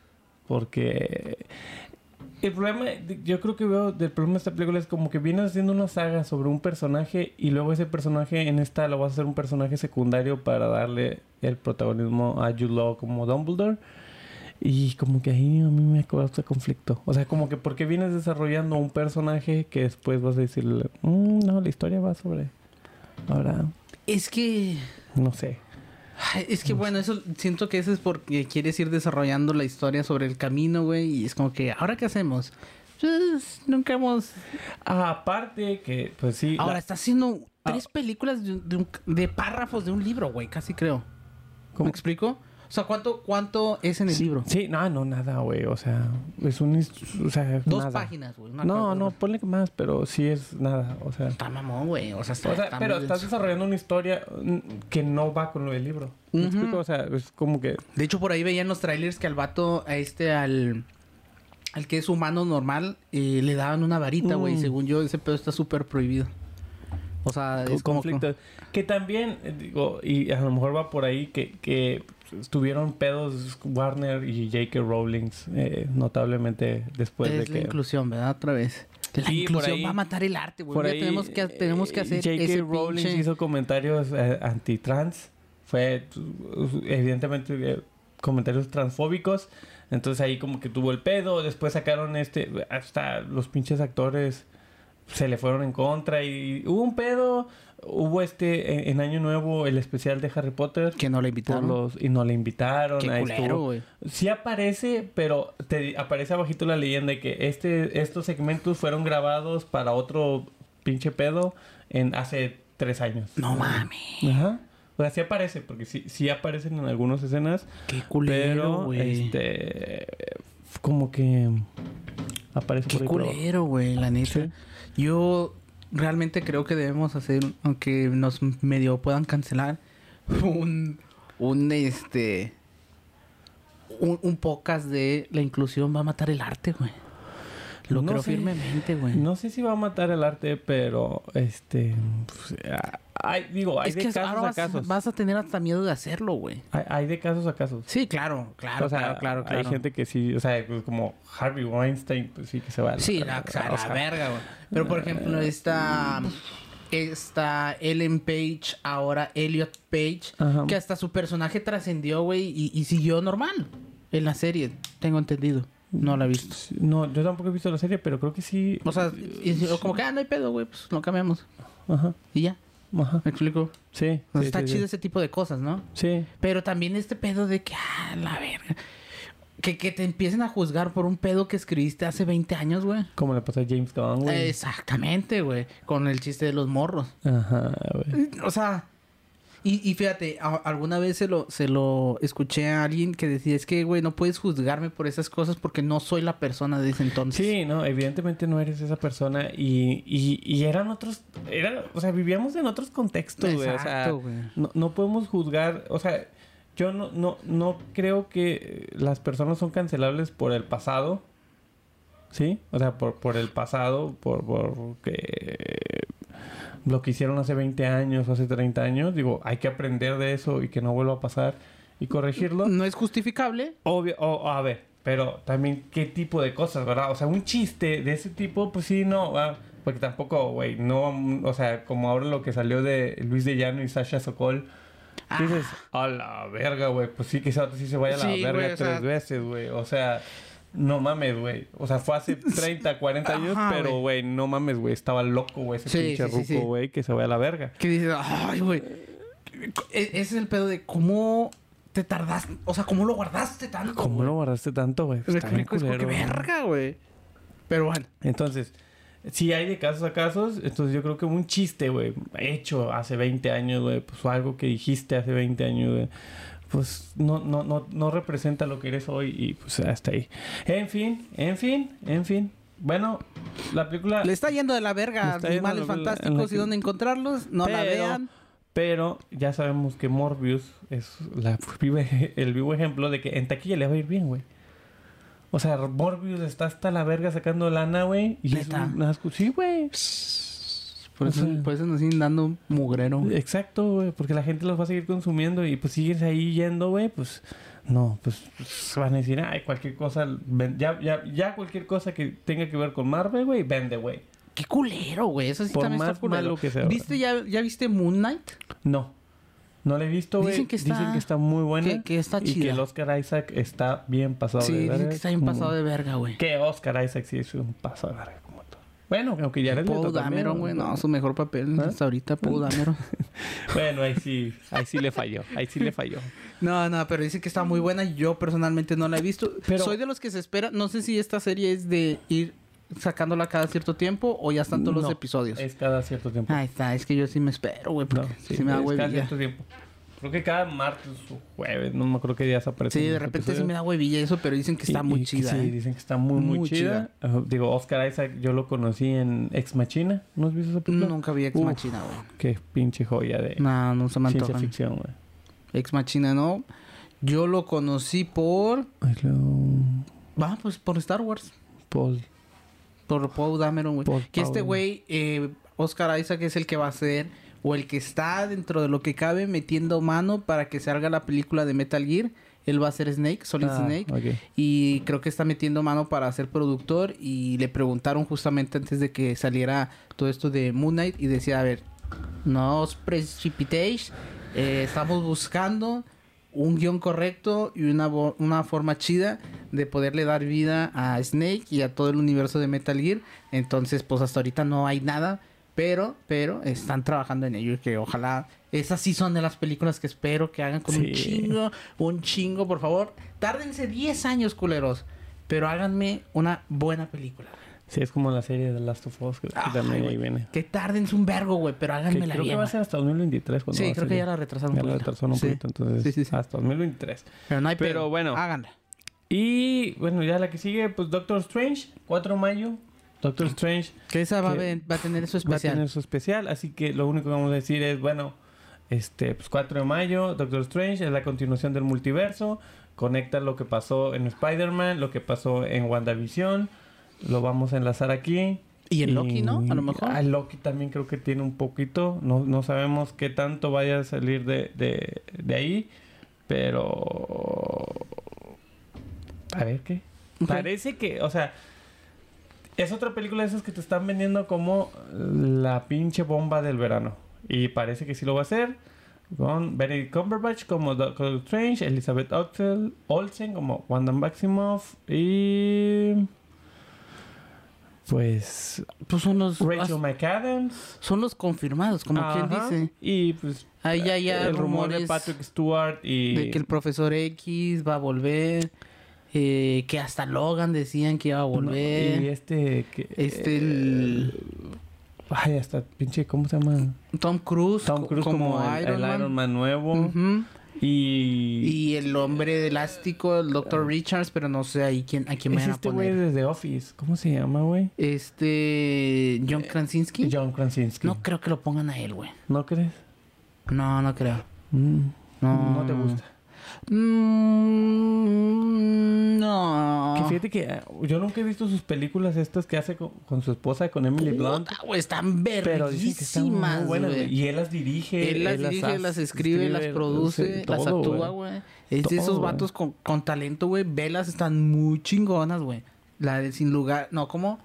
Porque... El problema, yo creo que veo del problema de esta película es como que vienes haciendo una saga sobre un personaje y luego ese personaje en esta lo vas a hacer un personaje secundario para darle el protagonismo a Jude Law como Dumbledore. Y como que ahí a mí me causa conflicto. O sea, como que porque vienes desarrollando un personaje que después vas a decirle, no, la historia va sobre... Ahora... Es que... No sé. Es que bueno, eso siento que eso es porque quieres ir desarrollando la historia sobre el camino, güey. Y es como que, ¿ahora qué hacemos? Pues nunca hemos... Aparte que, pues sí... Ahora está haciendo 3 películas de párrafos de un libro, güey. Casi creo. ¿Cómo? ¿Me explico? O sea, ¿cuánto es en el libro? Sí, no, nada, güey. O sea, es un... O sea, 2 nada. páginas, güey. No, ponle más, pero sí es nada. O sea... Está mamón, güey. O sea, pero estás desarrollando una historia que no va con lo del libro. ¿Me explico? O sea, es como que... De hecho, por ahí veían los trailers que al vato, al que es humano normal, le daban una varita, güey. Según yo, ese pedo está súper prohibido. O sea, es como... conflicto. Que también, digo, y a lo mejor va por ahí que estuvieron pedos Warner y J.K. Rowling notablemente después de que... Es la inclusión, ¿verdad? Otra vez. La inclusión va a matar el arte, güey. Tenemos que hacer J.K. Rowling hizo comentarios anti-trans. Fue, evidentemente, comentarios transfóbicos. Entonces ahí como que tuvo el pedo. Después sacaron hasta los pinches actores se le fueron en contra y hubo un pedo. Hubo en Año Nuevo el especial de Harry Potter. Que no le invitaron. Y no le invitaron. Qué culero, güey. Sí aparece, pero aparece abajito la leyenda de que estos segmentos fueron grabados para otro pinche pedo hace 3 años. No mames. Ajá. O sea, sí aparece, porque sí aparecen en algunas escenas. Qué culero, güey. Como que aparece por ahí. Qué culero, güey, la neta. Sí. Yo realmente creo que debemos hacer, aunque nos medio puedan cancelar, un podcast de la inclusión va a matar el arte, güey. Lo creo firmemente, güey. No sé si va a matar el arte, pero pues, hay de casos a casos. Vas a tener hasta miedo de hacerlo, güey. Hay de casos a casos. Sí, claro. O sea, claro. Hay gente que sí, o sea, pues como Harvey Weinstein, pues sí que se va a la verga, güey. Pero por ejemplo, esta Ellen Page, ahora Elliot Page, que hasta su personaje trascendió, güey, y siguió normal en la serie, tengo entendido. No la he visto. No, yo tampoco he visto la serie, pero creo que sí. O sea, como que, no hay pedo, güey, pues lo cambiamos. Ajá. Y ya. Ajá. ¿Me explico? Sí. O sea, está chido ese tipo de cosas, ¿no? Sí. Pero también este pedo de que, la verga. Que te empiecen a juzgar por un pedo que escribiste hace 20 años, güey. Como le pasó a James Gunn, güey. Exactamente, güey. Con el chiste de los morros. Ajá, güey. O sea... Y fíjate, alguna vez se lo escuché a alguien que decía, es que, güey, no puedes juzgarme por esas cosas porque no soy la persona de ese entonces. Sí, no, evidentemente no eres esa persona y eran otros... o sea, vivíamos en otros contextos, güey. Exacto, güey. No podemos juzgar... O sea, yo no creo que las personas son cancelables por el pasado. ¿Sí? O sea, por el pasado, por que... lo que hicieron hace 20 años o hace 30 años. Digo, hay que aprender de eso y que no vuelva a pasar y corregirlo. No es justificable. Obvio, a ver, pero también qué tipo de cosas, ¿verdad? O sea, un chiste de ese tipo, pues sí, no, porque tampoco, güey, no, o sea, como ahora lo que salió de Luis de Llano y Sasha Sokol. Dices, a la verga, güey, pues sí, que sí se vaya a la verga, güey, 3 veces, güey, o sea... No mames, güey. O sea, fue hace 30, 40 años, pero, güey, no mames, güey. Estaba loco, güey, ese pinche ruco, güey, que se vaya a la verga. Que dices, ay, güey. Ese es el pedo de cómo te tardaste. O sea, cómo lo guardaste tanto. ¿Cómo lo guardaste tanto, güey? Está bien culero, qué verga, güey. Pero bueno. Entonces, si hay de casos a casos, entonces yo creo que un chiste, güey, hecho hace 20 años, güey, pues algo que dijiste hace 20 años, güey, pues no representa lo que eres hoy y pues hasta ahí. En fin. Bueno, la película... Le está yendo de la verga a Animales Fantásticos y dónde encontrarlos. No la vean. Pero ya sabemos que Morbius es el vivo ejemplo de que en taquilla le va a ir bien, güey. O sea, Morbius está hasta la verga sacando lana, güey. Y es un asco. Sí, güey. Por eso nos siguen dando mugrero. Exacto, güey. Porque la gente los va a seguir consumiendo y pues sigues ahí yendo, güey. Pues no, pues van a decir, ay, cualquier cosa. Ya cualquier cosa que tenga que ver con Marvel, güey, vende, güey. Qué culero, güey. Eso sí Por también más está culero. malo que sea. ¿Viste ya viste Moon Knight? No. No la he visto, güey. Dicen que está muy buena. Que está chida. Y que el Oscar Isaac está bien pasado de verga. Sí, dicen que está bien pasado de verga, güey. Que Oscar Isaac sí es un pasado de verga como todo. Bueno, aunque ya Paul Dameron, güey. No, su mejor papel hasta ahorita, Paul Dameron. Bueno, ahí sí le falló. No, pero dicen que está muy buena. Yo personalmente no la he visto. Pero... Soy de los que se espera. No sé si esta serie es de ir sacándola cada cierto tiempo o ya están todos los episodios. Es cada cierto tiempo. Ahí está, es que yo sí me espero, güey, porque sí me da huevilla. Cada cierto tiempo. Creo que cada martes o jueves, no me acuerdo qué días aparece. Sí, de repente sí me da huevilla eso, pero dicen que está muy chida. Sí, dicen que está muy chida. Digo, Oscar Isaac, yo lo conocí en Ex Machina. ¿No has visto esa película? Nunca vi Ex Machina, güey. Qué pinche joya de no se me antoja. ciencia ficción, güey. Ex Machina, no. Yo lo conocí por... pues por Star Wars. Por Paul Dameron, güey. Que este güey, Oscar Isaac, es el que va a ser, o el que está dentro de lo que cabe, metiendo mano para que se haga la película de Metal Gear. Él va a ser Snake, Solid Snake. Okay. Y creo que está metiendo mano para ser productor. Y le preguntaron justamente antes de que saliera todo esto de Moon Knight. Y decía, a ver, no os precipitéis. Estamos buscando un guión correcto y una forma chida de poderle dar vida a Snake y a todo el universo de Metal Gear. Entonces, pues hasta ahorita no hay nada, pero están trabajando en ello y que ojalá esas sí son de las películas que espero que hagan con un chingo, por favor. Tárdense 10 años, culeros, pero háganme una buena película. Sí, es como la serie de Last of Us, que también ahí viene. Que tardense un vergo, güey, pero háganmela bien. Creo que va a ser hasta 2023. Sí, creo que ya la retrasaron un poquito. Ya la retrasaron un poquito, entonces sí. hasta 2023. Pero no hay pero bueno, háganla. Y bueno, ya la que sigue, pues Doctor Strange, 4 de mayo. Doctor Strange. Que esa va a tener su especial. Va a tener su especial, así que lo único que vamos a decir es, bueno, pues 4 de mayo, Doctor Strange es la continuación del multiverso. Conecta lo que pasó en Spider-Man, lo que pasó en WandaVision. Lo vamos a enlazar aquí. Y en Loki, ¿no? A lo mejor. A Loki también creo que tiene un poquito. No sabemos qué tanto vaya a salir de ahí. Pero... A ver, ¿qué? Okay. Parece que... O sea... Es otra película de esas que te están vendiendo como la pinche bomba del verano. Y parece que sí lo va a hacer. Con Benedict Cumberbatch como Doctor Strange. Elizabeth Olsen como Wanda Maximoff. Y... Pues son los... Rachel McAdams. Son los confirmados, como quien dice. Y pues... Ahí ya el rumor de Patrick Stewart y... De que el Profesor X va a volver. Que hasta Logan decían que iba a volver. Y Ay, hasta pinche... ¿Cómo se llama? Tom Cruise como el Iron Man nuevo. Uh-huh. Y el hombre elástico, el Dr. Richards, pero no sé a quién me van a poner. Güey desde Office. ¿Cómo se llama, güey? John Krasinski. John Krasinski. No creo que lo pongan a él, güey. ¿No crees? No creo. No te gusta. No. Que fíjate que yo nunca he visto sus películas estas que hace con su esposa, con Emily Blunt. Güey, están verguísimas, güey. Y él las dirige. Él las escribe, las produce, las actúa, güey. Es de esos vatos con talento, güey. Velas están muy chingonas, güey. La de Sin Lugar... No, ¿cómo?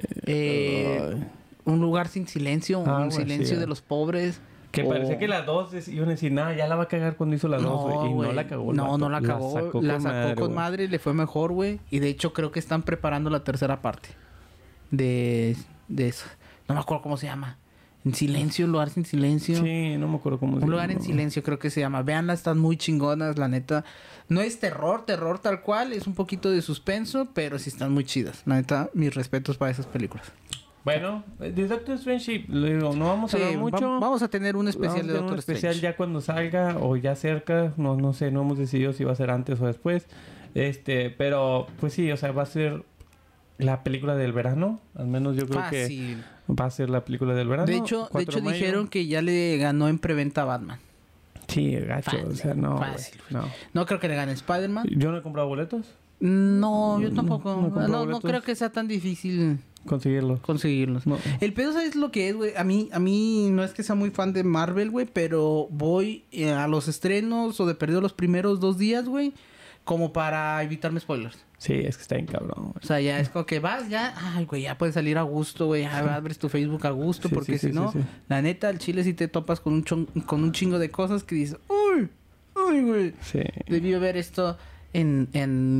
Un lugar sin silencio. Un silencio de los pobres. Que parecía que las dos iban a decir, nada, ya la va a cagar cuando hizo las dos, güey. Y no la cagó. No la cagó. La sacó con madre, le fue mejor, güey. Y de hecho creo que están preparando la tercera parte de eso. No me acuerdo cómo se llama. En silencio, un lugar sin silencio. Sí, no me acuerdo cómo se llama. Un lugar en silencio creo que se llama. Veanla, están muy chingonas, la neta. No es terror tal cual. Es un poquito de suspenso, pero sí están muy chidas. La neta, mis respetos para esas películas. Bueno, de Doctor Strange, no vamos a hablar mucho. Vamos a tener un especial de Doctor Strange. Un especial ya cuando salga o ya cerca. No sé, no hemos decidido si va a ser antes o después. Pero, pues sí, o sea, va a ser la película del verano. Al menos yo creo que va a ser la película del verano. De hecho dijeron que ya le ganó en preventa a Batman. Sí, gacho. Fácil, o sea, no. Fácil. No creo que le gane Spider-Man. ¿Yo no he comprado boletos? No, yo tampoco. No creo que sea tan difícil conseguirlos. No. El pedo, ¿sabes lo que es, güey? A mí no es que sea muy fan de Marvel, güey, pero voy a los estrenos o de perdido los primeros 2 días, güey, como para evitarme spoilers. Sí, es que está bien cabrón, güey. O sea, ya es como que vas, ya... Ay, güey, ya puedes salir a gusto, güey. Ya abres tu Facebook a gusto. Porque si no, la neta, al chile sí te topas con un chingo de cosas que dices... ¡Uy! ¡Uy, güey! Sí. Debí ver esto en en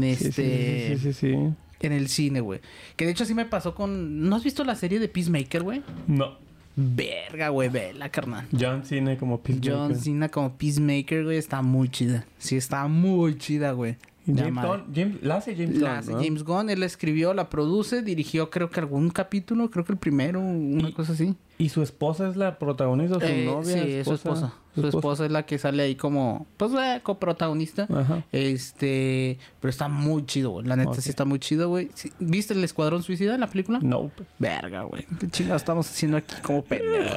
el cine, güey. Que de hecho sí me pasó con... ¿No has visto la serie de Peacemaker, güey? No. Verga, güey. Vela, carnal. John Cena como Peacemaker, güey. Está muy chida. Sí, está muy chida, güey. James Gunn, él la escribió, la produce, dirigió creo que algún capítulo, creo que el primero, una cosa así. ¿Y su esposa es la protagonista o su novia? Sí, es su esposa. Su esposa es la que sale ahí como, pues, coprotagonista. Ajá. Pero está muy chido, güey. La neta sí está muy chido, güey. ¿Viste El Escuadrón Suicida en la película? No. Verga, güey. ¿Qué chingados estamos haciendo aquí como pendejos?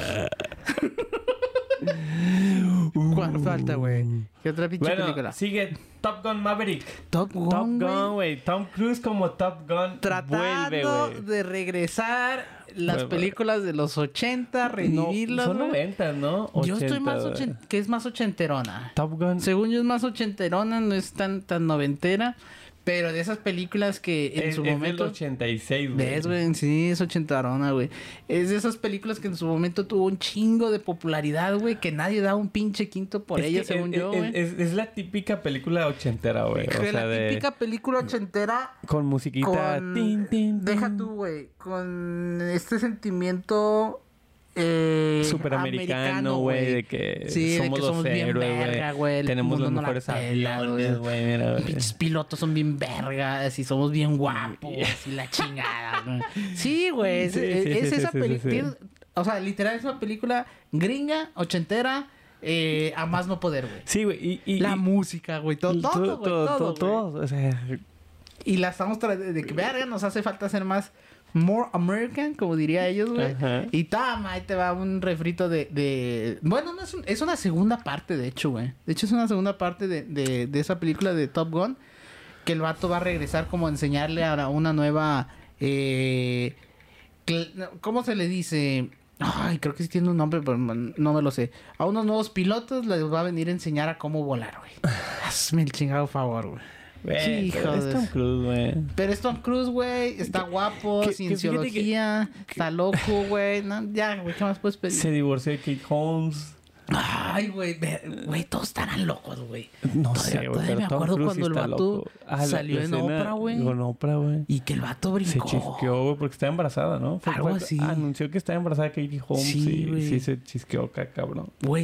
¿Cuál falta, güey? ¿Qué otra pinche película? Sigue Top Gun Maverick. Top Gun, güey. Tom Cruise como Top Gun. Tratando de regresar las películas de los 80, revivirlas. No, son 90, ¿no? 80, yo estoy más que es más ochenterona. Top Gun. Según yo es más ochenterona, no es tan noventera. Pero de esas películas que en su momento... Es del 86, güey. ¿Ves, güey? Sí, es ochentarona, güey. Es de esas películas que en su momento tuvo un chingo de popularidad, güey. Que nadie da un pinche quinto por ella, según yo, güey. Es la típica película ochentera, güey. O sea, la típica película ochentera... Con musiquita... Deja tú, güey. Con este sentimiento... superamericano, güey, de que somos los héroes, güey. Tenemos los mejores aviones, güey. Mira, güey. Pinches pilotos son bien vergas y somos bien guapos y la chingada, güey. Sí, güey. Es esa película. O sea, literal, es una película gringa, ochentera. A más no poder, güey. Sí, güey. Y la música, güey. Todo. O sea... Y la estamos de que, verga, nos hace falta hacer más... More American, como diría ellos, güey. Y toma, ahí te va un refrito de... Bueno, no es una segunda parte, de hecho, güey. De hecho, es una segunda parte de esa película de Top Gun. Que el vato va a regresar como a enseñarle a una nueva... ¿Cómo se le dice? Ay, creo que sí tiene un nombre, pero no me lo sé. A unos nuevos pilotos les va a venir a enseñar a cómo volar, güey. Hazme el chingado favor, güey. Güey, pero es Tom Cruise, güey. Pero es Tom Cruise, güey. Está guapo, cienciología. Está loco, güey. No, ya, güey, ¿qué más puedes pedir? Se divorció de Kate Holmes. Ay, güey. Güey, todos estarán locos, güey. No sé, güey. Todavía me acuerdo cuando el vato salió en Oprah, güey. Con Oprah, güey. Y que el vato brincó. Se chisqueó, güey, porque estaba embarazada, ¿no? Algo así. Anunció que estaba embarazada Kate Holmes. Sí, güey. Sí, se chisqueó, cabrón. Güey,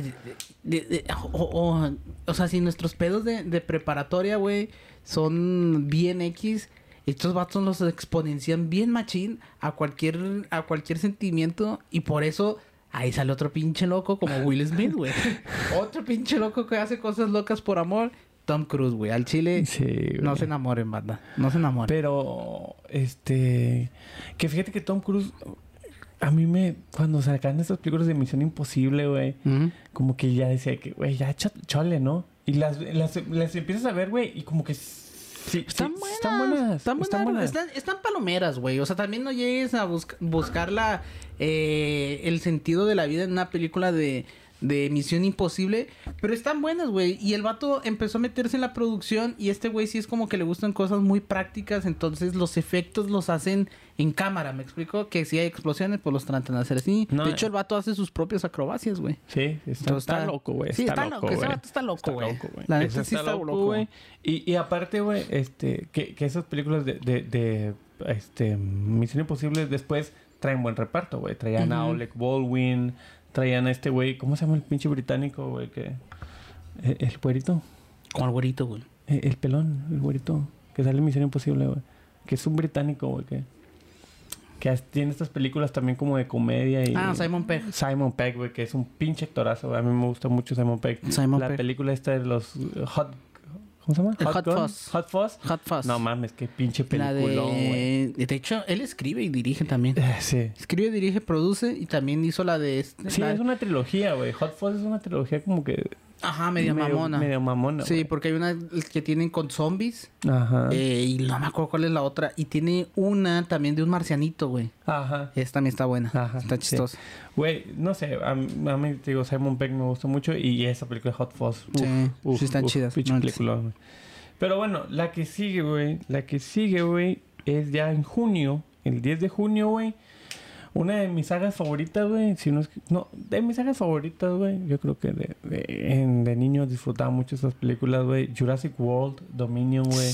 o sea, si nuestros pedos de preparatoria, güey, son bien X... Estos vatos los exponencian bien machín a cualquier sentimiento. Y por eso... Ahí sale otro pinche loco como Will Smith, güey. Otro pinche loco que hace cosas locas por amor. Tom Cruise, güey. Al chile, sí, no se enamoren, banda. No se enamoren. Pero, que fíjate que Tom Cruise... A mí cuando sacan estas películas de Misión Imposible, güey... Como que ya decía que, güey, ya chole, ¿no? Y las empiezas a ver, güey, y como que... Sí, están buenas. Están palomeras, güey. O sea, también no llegues a buscar el sentido de la vida en una película de Misión Imposible. Pero están buenas, güey. Y el vato empezó a meterse en la producción. Y este güey sí es como que le gustan cosas muy prácticas. Entonces los efectos los hacen en cámara. ¿Me explico? Que si hay explosiones, pues los tratan de hacer así. No, de hecho, el vato hace sus propias acrobacias, güey. Sí, está loco, güey. Sí, está loco. Ese vato está loco, güey. La neta sí está loco, güey. Y aparte, güey, que esas películas de Misión Imposible después traen buen reparto, güey. Traían a Alec Baldwin... Traían a este güey... ¿Cómo se llama el pinche británico, güey? ¿El güerito? ¿Cuál güerito, güey? El pelón, el güerito. Que sale en Misión Imposible, güey. Que es un británico, güey. Que tiene estas películas también como de comedia y... Simon Pegg. Simon Pegg, güey. Que es un pinche actorazo, güey. A mí me gusta mucho Simon Pegg. La película esta de los ¿Cómo se llama? El Hot Fuzz. Hot Fuzz. Hot Fuzz. No mames, qué pinche La peliculón, güey. de hecho, él escribe y dirige también. Sí. Escribe, dirige, produce y también hizo la de este. Sí, la... es una trilogía, güey. Hot Fuzz es una trilogía como que... Ajá, medio mamona. Medio mamona, Sí, güey. porque hay una que tienen con zombies. Ajá. Y no me acuerdo cuál es la otra. Y tiene una también de un marcianito, güey. Ajá. Esta también está buena. Ajá, Está chistosa. Güey, no sé, a mí, te digo, Simon Pegg me gusta mucho y esa película de Hot Fuzz. Sí, están chidas. Pinche película, güey. Pero bueno, la que sigue, güey, es ya en junio, el 10 de junio, güey. Una de mis sagas favoritas, güey. Si no es que, no, de mis sagas favoritas, güey. Yo creo que de niño disfrutaba mucho esas películas, güey. Jurassic World, Dominion, güey.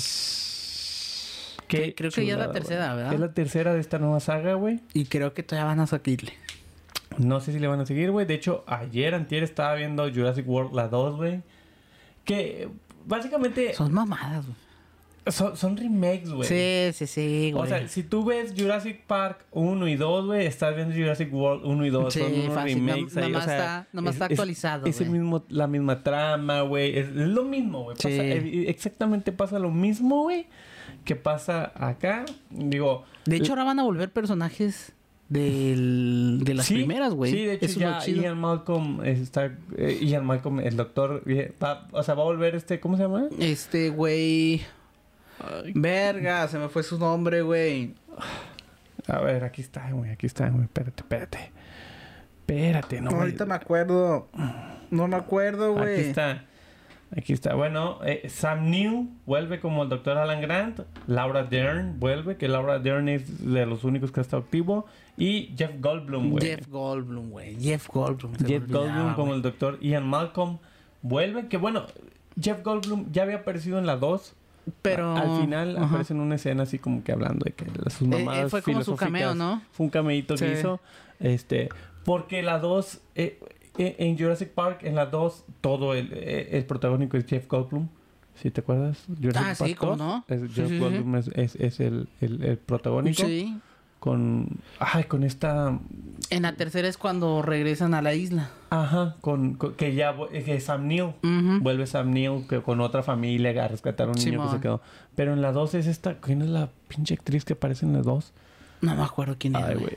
Creo que ya es la tercera, ¿verdad? Es la tercera de esta nueva saga, güey. Y creo que todavía van a sacarle. No sé si le van a seguir, güey. De hecho, antier estaba viendo Jurassic World, la 2, güey. Que básicamente... Son mamadas, güey. Son remakes, güey. Sí, güey. O sea, si tú ves Jurassic Park 1 y 2, güey, estás viendo Jurassic World 1 y 2. Sí, son unos fácil. remakes ahí. Nomás O sea, está actualizado, es el mismo, la misma trama, güey. Es lo mismo, güey. Sí. Exactamente pasa lo mismo, güey, que pasa acá. Digo... De hecho, ahora van a volver personajes de las primeras, güey. Sí, de hecho eso ya Ian Malcolm está... Ian Malcolm, el doctor... va a volver ¿cómo se llama? Güey... Verga, se me fue su nombre, güey. A ver, aquí está, güey. Espérate. No, ahorita me acuerdo. No me acuerdo, güey. Aquí está. Bueno, Sam Neill vuelve como el Dr. Alan Grant. Laura Dern vuelve, que Laura Dern es de los únicos que ha estado activo. Y Jeff Goldblum, güey. Jeff Goldblum Como el Dr. Ian Malcolm vuelve. Que bueno, Jeff Goldblum ya había aparecido en la 2. Pero... Al final aparece en una escena así como que hablando de que sus mamadas fue como su cameo, ¿no? Fue un cameíto que hizo. Porque la 2... en Jurassic Park, en la 2, todo el protagónico es Jeff Goldblum. ¿Sí te acuerdas? Jurassic Park sí, ¿cómo no? Jeff Goldblum es el protagónico. Sí. Con esta... En la tercera es cuando regresan a la isla. Ajá, que Sam Neill. Vuelve Sam Neill que con otra familia a rescatar a un niño que se quedó. Pero en la 2 es esta... ¿Quién es la pinche actriz que aparece en la 2? No me acuerdo quién era. Ay, güey.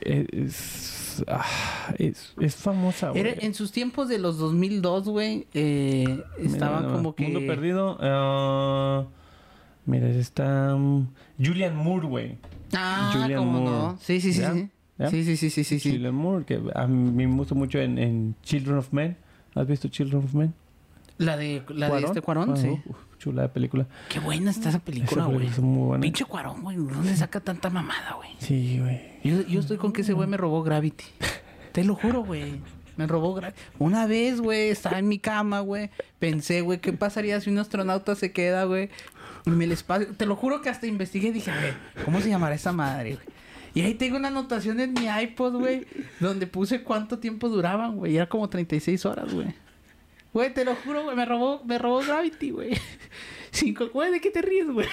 Es famosa, güey. En sus tiempos de los 2002, güey, estaban como que... Mundo Perdido. Mira, está... Julianne Moore, güey. Julianne Moore. No. Sí. ¿Ya? Sí. Julianne Moore, que a mí me gusta mucho en Children of Men. ¿Has visto Children of Men? La de Cuarón, sí. Chula de película. Qué buena está esa película, güey. Es muy buena. Pinche Cuarón, güey. ¿Dónde saca tanta mamada, güey? Sí, güey. Yo estoy con que ese güey me robó Gravity. Te lo juro, güey. Me robó Gravity. Una vez, güey, estaba en mi cama, güey. Pensé, güey, ¿qué pasaría si un astronauta se queda, güey? En el espacio. Te lo juro que hasta investigué y dije, güey, ¿cómo se llamará esa madre, güey? Y ahí tengo una anotación en mi iPod, güey, donde puse cuánto tiempo duraban, güey. Era como 36 horas, güey. Güey, te lo juro, güey, me robó Gravity, güey. Güey, ¿de qué te ríes, güey?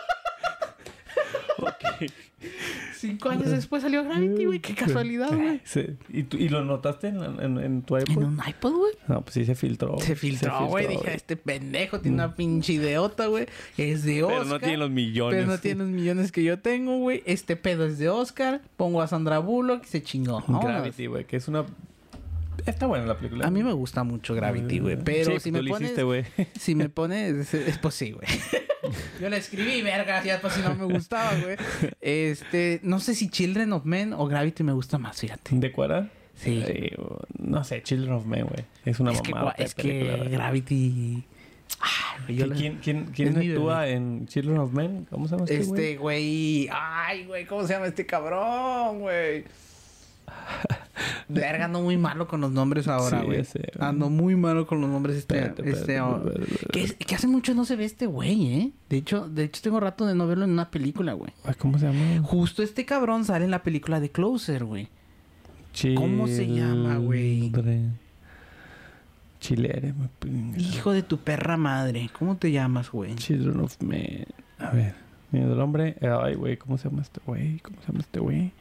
Ok. 5 años después salió Gravity, güey. Qué casualidad, güey. Sí. ¿Y lo notaste en tu iPod? ¿En un iPod, güey? No, pues sí se filtró. Se filtró, güey. Dije, este pendejo tiene una pinche ideota, güey. Es de Oscar. Pero no tiene los millones. Pero no tiene los millones que yo tengo, güey. Este pedo es de Oscar. Pongo a Sandra Bullock y se chingó. Gravity, güey. Que es una... Está buena la película. A mí me gusta mucho Gravity, güey. Pero sí, si me pones... Si me pones... Pues sí, güey. Yo la escribí, verga, ya pues si no me gustaba, güey. No sé si Children of Men o Gravity me gusta más, fíjate. ¿De cuál? Sí. No sé, Children of Men, güey. Es una mamada. Es que Gravity... ¿Quién actúa en Children of Men? ¿Cómo se llama este güey? Ay, güey, ¿cómo se llama este cabrón, güey? Verga, ando muy malo con los nombres ahora, güey. Sí, ando muy malo con los nombres que hace mucho no se ve este güey, ¿eh? De hecho tengo rato de no verlo en una película, güey. ¿Cómo se llama? Justo este cabrón sale en la película de Closer, güey. ¿Cómo se llama, güey? Chilere. Hijo de tu perra madre. ¿Cómo te llamas, güey? Children of Men. A ver. Mira el hombre. Ay, güey. ¿Cómo se llama este güey?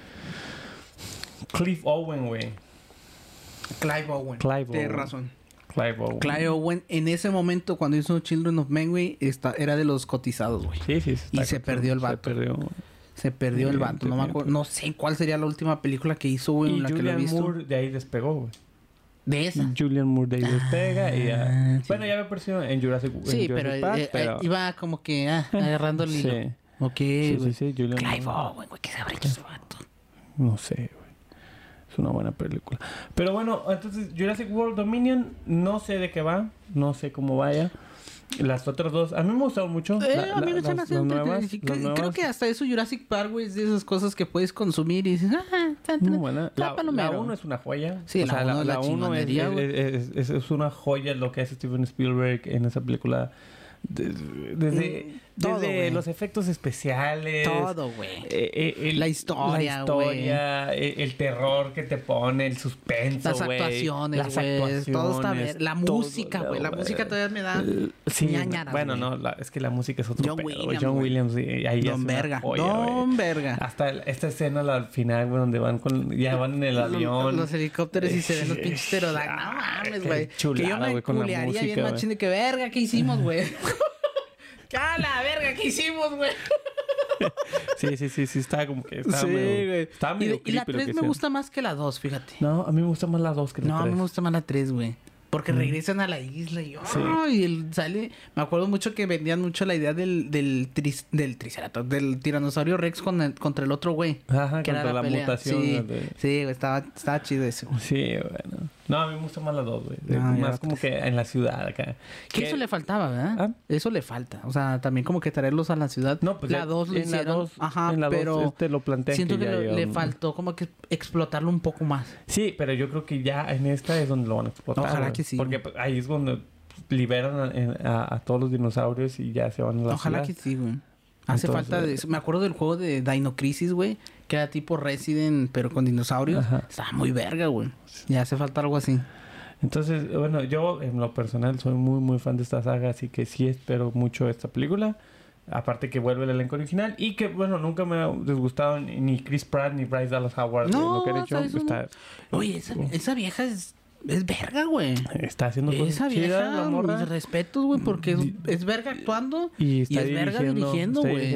Clive Owen, güey. Clive Owen. Tienes razón. Clive Owen, en ese momento, cuando hizo Children of Men, güey, era de los cotizados, güey. Sí. Y se perdió el vato. Se perdió el vato. No me acuerdo. No sé cuál sería la última película que hizo, güey, en la que lo he visto. Julian Moore de ahí despegó, güey. ¿De esa? Julian Moore de ahí despega y ya... Sí. Bueno, ya había aparecido en Jurassic Park, pero... iba como que agarrando el hilo. Sí. Ok, Sí, Julian Clive Moore. Owen, güey, que se habrá hecho su vato. No sé, güey. Es una buena película. Pero bueno, entonces Jurassic World Dominion, no sé de qué va, no sé cómo vaya. Las otras dos, a mí me gustaron mucho. A mí me suena creo que hasta eso Jurassic Park, güey, es de esas cosas que puedes consumir y dices, muy buena. La 1 es una joya. Sí, la 1 es una joya lo que hace Steven Spielberg en esa película. Desde los efectos especiales, todo, güey. La historia, el terror que te pone, el suspenso, las actuaciones, todo está bien. La música, güey. La música todavía me da ñañaras, bueno, güey. no, es que la música es otro John Williams, ahí Don Verga. Don Verga. Hasta esta escena al final, güey, donde ya van en el avión. Los helicópteros y se ven los pinches pterodáctilos. No mames, güey. Que yo me culearía bien machín de que verga, ¿qué hicimos, güey? ¡Qué a la verga! ¿Qué hicimos, güey? Sí, estaba como que... Sí, güey. Estaba medio y la 3 me gusta más que la 2, fíjate. No, a mí me gusta más la 2 que la 3. No, a mí me gusta más la 3, güey. Porque regresan a la isla y y él sale... Me acuerdo mucho que vendían mucho la idea del Triceratops, del Tiranosaurio Rex contra el otro güey. Ajá, que contra era la mutación. Sí, güey, estaba chido eso. Sí, bueno. No, a mí me gusta más la 2, güey. Más como que en la ciudad acá. Que eso le faltaba, ¿verdad? Eso le falta. O sea, también como que traerlos a la ciudad. No, pues la 2 lo hicieron. Ajá, pero lo plantean siento que le faltó como que explotarlo un poco más. Sí, pero yo creo que ya en esta es donde lo van a explotar. Ojalá que sí. Porque ahí es donde liberan a todos los dinosaurios y ya se van a la Ojalá ciudad. Que sí, güey. Hace falta de eso. Me acuerdo del juego de Dino Crisis, güey. Que era tipo Resident, pero con dinosaurios. Ajá. Estaba muy verga, güey. Ya hace falta algo así. Entonces, bueno, yo en lo personal soy muy, muy fan de esta saga. Así que sí espero mucho esta película. Aparte que vuelve el elenco original. Y que, bueno, nunca me ha disgustado ni Chris Pratt ni Bryce Dallas Howard. No, lo que han hecho. Oye, esa vieja es verga, güey. Está haciendo cosas esa vieja, mis respetos, güey, porque es verga actuando y es verga dirigiendo, güey.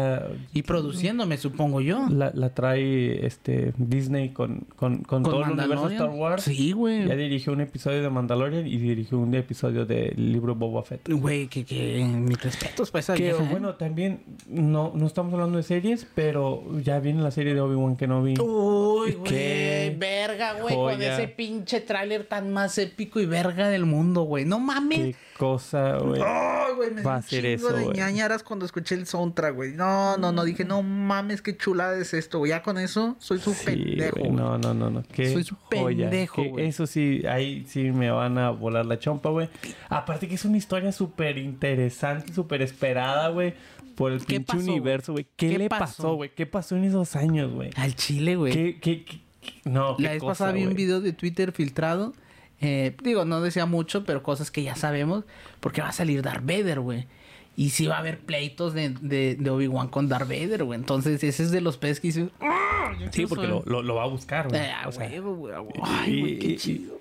Y produciendo, me supongo yo. La trae Disney con todo el universo de Star Wars. Sí, güey. Ya dirigió un episodio de Mandalorian y dirigió un episodio del libro Boba Fett. Güey, que mis respetos para esa vieja. Bueno, también no estamos hablando de series, pero ya viene la serie de Obi-Wan Kenobi. Uy, güey, verga, güey, con ese pinche trailer tan más épico y verga del mundo, güey. No mames. Qué cosa, güey. Oh, güey, me va a hacer eso, de ñañaras cuando escuché el soundtrack, güey. No. Dije, no mames, qué chulada es esto, güey. Ya con eso soy su pendejo, güey. No. Soy su pendejo, güey. Eso sí, ahí sí me van a volar la chompa, güey. Aparte que es una historia súper interesante, súper esperada, güey. Por el pinche universo, güey. ¿Qué le pasó, güey? ¿Qué pasó en esos años, güey? Al chile, güey. No, la vez pasada vi un video de Twitter filtrado. No decía mucho, pero cosas que ya sabemos. Porque va a salir Darth Vader, güey. Y sí va a haber pleitos de Obi-Wan con Darth Vader, güey. Entonces, ese es de los peces que dice... Sí, porque lo va a buscar, güey. Güey. Ay, güey, qué chido.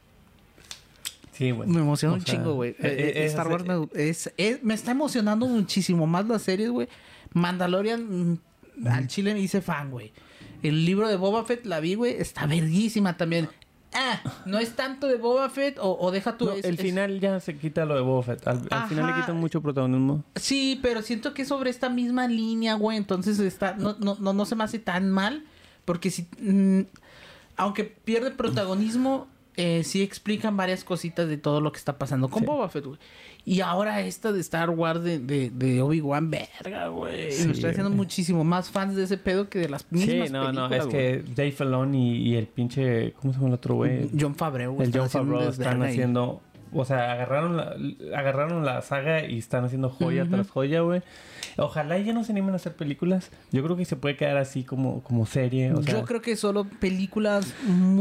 Sí, güey. Me emociona un chingo, güey. Star Wars me está emocionando muchísimo más las series, güey. Mandalorian, al chile me hice fan, güey. El libro de Boba Fett la vi, güey. Está verguísima también. No es tanto de Boba Fett o deja tú... el final ya se quita lo de Boba Fett. Al final le quitan mucho protagonismo. Sí, pero siento que es sobre esta misma línea, güey. Entonces no se me hace tan mal. Porque si... aunque pierde protagonismo... sí explican varias cositas de todo lo que está pasando con Boba Fett, güey. Y ahora esta de Star Wars de Obi-Wan, verga, güey. Sí, me estoy haciendo muchísimo más fans de ese pedo que de las mismas películas, es que Dave Filoni y el pinche... ¿Cómo se llama el otro güey? John Favreau. El John Favreau están haciendo... O sea, agarraron la saga y están haciendo joya tras joya, güey. Ojalá ya no se animen a hacer películas. Yo creo que se puede quedar así como serie. Yo creo que solo películas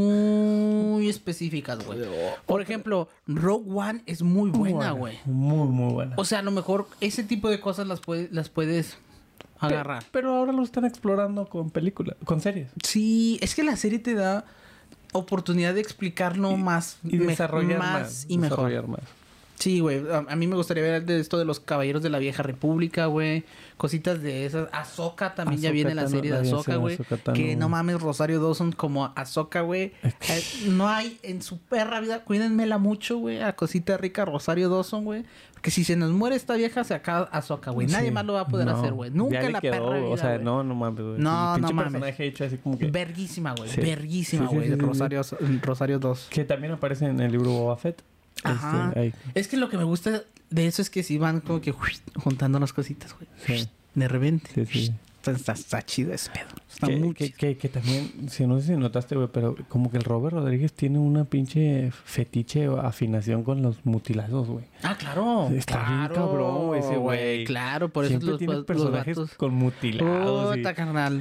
muy específicas, güey. Por ejemplo, Rogue One es muy buena, güey. Muy, muy buena. O sea, a lo mejor ese tipo de cosas las puedes agarrar. Pero ahora lo están explorando con películas, con series. Sí, es que la serie te da... oportunidad de explicarlo más y desarrollar más y mejor. Desarrollar más. Sí, güey. A mí me gustaría ver de esto de los Caballeros de la Vieja República, güey. Cositas de esas. Ahsoka también ya viene la serie de Ahsoka, güey. Que no mames, Rosario Dawson como Ahsoka, güey. No hay en su perra vida. Cuídenmela mucho, güey. A cosita rica Rosario Dawson, güey. Porque si se nos muere esta vieja, se acaba Ahsoka, güey. Nadie más lo va a poder hacer, güey. Nunca en la perra vida, o sea, güey. no mames, güey. No, no mames. Personaje hecho así como que... Verguísima, güey. Sí. Verguísima, güey. Rosario 2. Que también aparece en el libro Boba Fett. Ajá. Es que lo que me gusta de eso es que si van como que juntando las cositas, güey. Sí. De repente. Sí. Está chido ese pedo. Está muy chido. Que también, no sé si notaste, güey, pero como que el Robert Rodríguez tiene una pinche fetiche o afinación con los mutilados, güey. Ah, claro. Está bien cabrón, güey, ese güey. Claro, por siempre eso tiene personajes los con mutilados. Puta, carnal.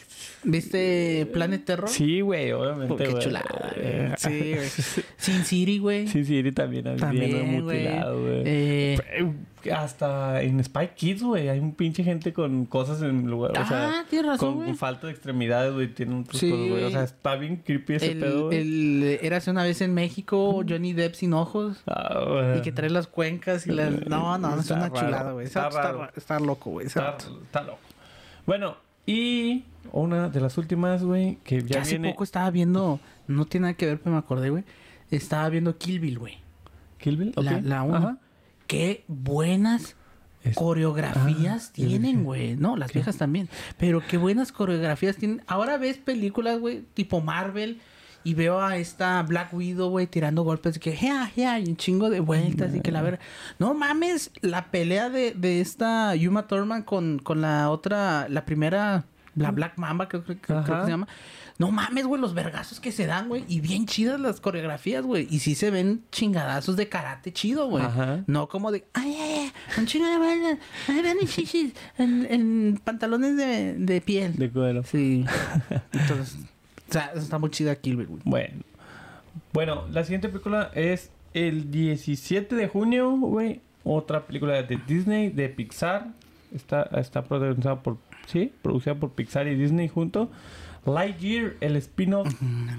¿Viste Planet Terror? Sí, güey, obviamente, Qué güey. chulada, güey. Sí, güey. Sin City, güey. Sin City también mutilado, güey. Hasta en Spy Kids, güey, hay un pinche gente con cosas en lugar, o sea, tienes razón, con falta de extremidades, güey, tienen otras sí, cosas, güey. O sea, está bien creepy ese pedo, güey. Érase una vez en México Johnny Depp sin ojos. Y que trae las cuencas y las... No, es una chulada, güey. Está loco, güey. Está loco. Bueno, y una de las últimas, güey, que ya hace viene... poco estaba viendo... No tiene nada que ver, pero me acordé, güey. Estaba viendo Kill Bill, güey. ¿Kill Bill? Okay. La 1. Qué buenas coreografías tienen, güey. No, las viejas también. Pero qué buenas coreografías tienen. Ahora ves películas, güey, tipo Marvel... Y veo a esta Black Widow, güey, tirando golpes de que, y un chingo de vueltas y que la ver... No mames, la pelea de esta Uma Thurman con la otra, la primera, la Black Mamba, creo que se llama. No mames, güey, los vergazos que se dan, güey. Y bien chidas las coreografías, güey. Y sí se ven chingadazos de karate chido, güey. No como de, un chingo de balas. Ay, ven mis chichis en pantalones de piel. De cuero. Sí. Entonces... O sea, está muy chida Kill Bill, güey. Bueno, la siguiente película es el 17 de junio, güey. Otra película de Disney, de Pixar. Está producida por Pixar y Disney junto. Lightyear, el spin-off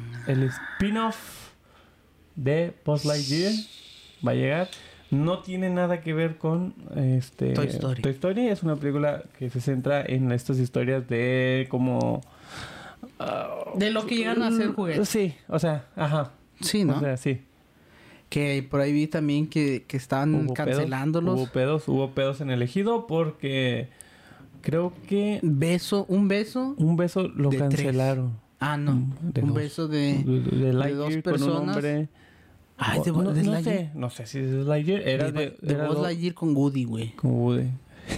de Buzz Lightyear va a llegar. No tiene nada que ver con Toy Story. Toy Story es una película que se centra en estas historias de como... de lo que llegan a hacer juguetes. Sí, o sea, ajá. Sí, ¿no? O sea, sí. Que por ahí vi también que estaban cancelándolos. Hubo pedos en el Ejido porque creo que... Un beso lo cancelaron. 3. Ah, no. Un beso de dos personas. Con un hombre. Ay, no sé si es Lightyear. Era de Buzz Lightyear con Woody, güey. Con Woody.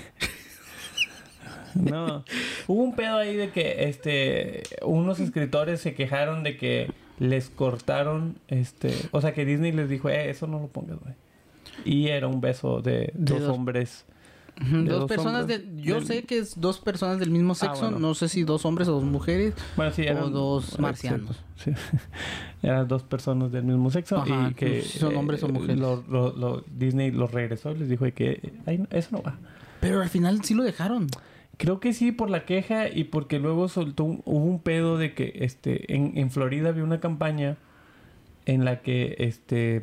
No, hubo un pedo ahí de que unos escritores se quejaron de que les cortaron o sea que Disney les dijo, eso no lo pongas, güey. Y era un beso de dos hombres. Dos personas yo sé que es dos personas del mismo sexo, bueno. No sé si dos hombres o dos mujeres, bueno, sí, o dos marcianos. Sí. Eran dos personas del mismo sexo. Ajá, y que si son hombres o mujeres. Disney los regresó y les dijo que eso no va. Pero al final sí lo dejaron. Creo que sí, por la queja y porque luego hubo un pedo de que en Florida había una campaña en la que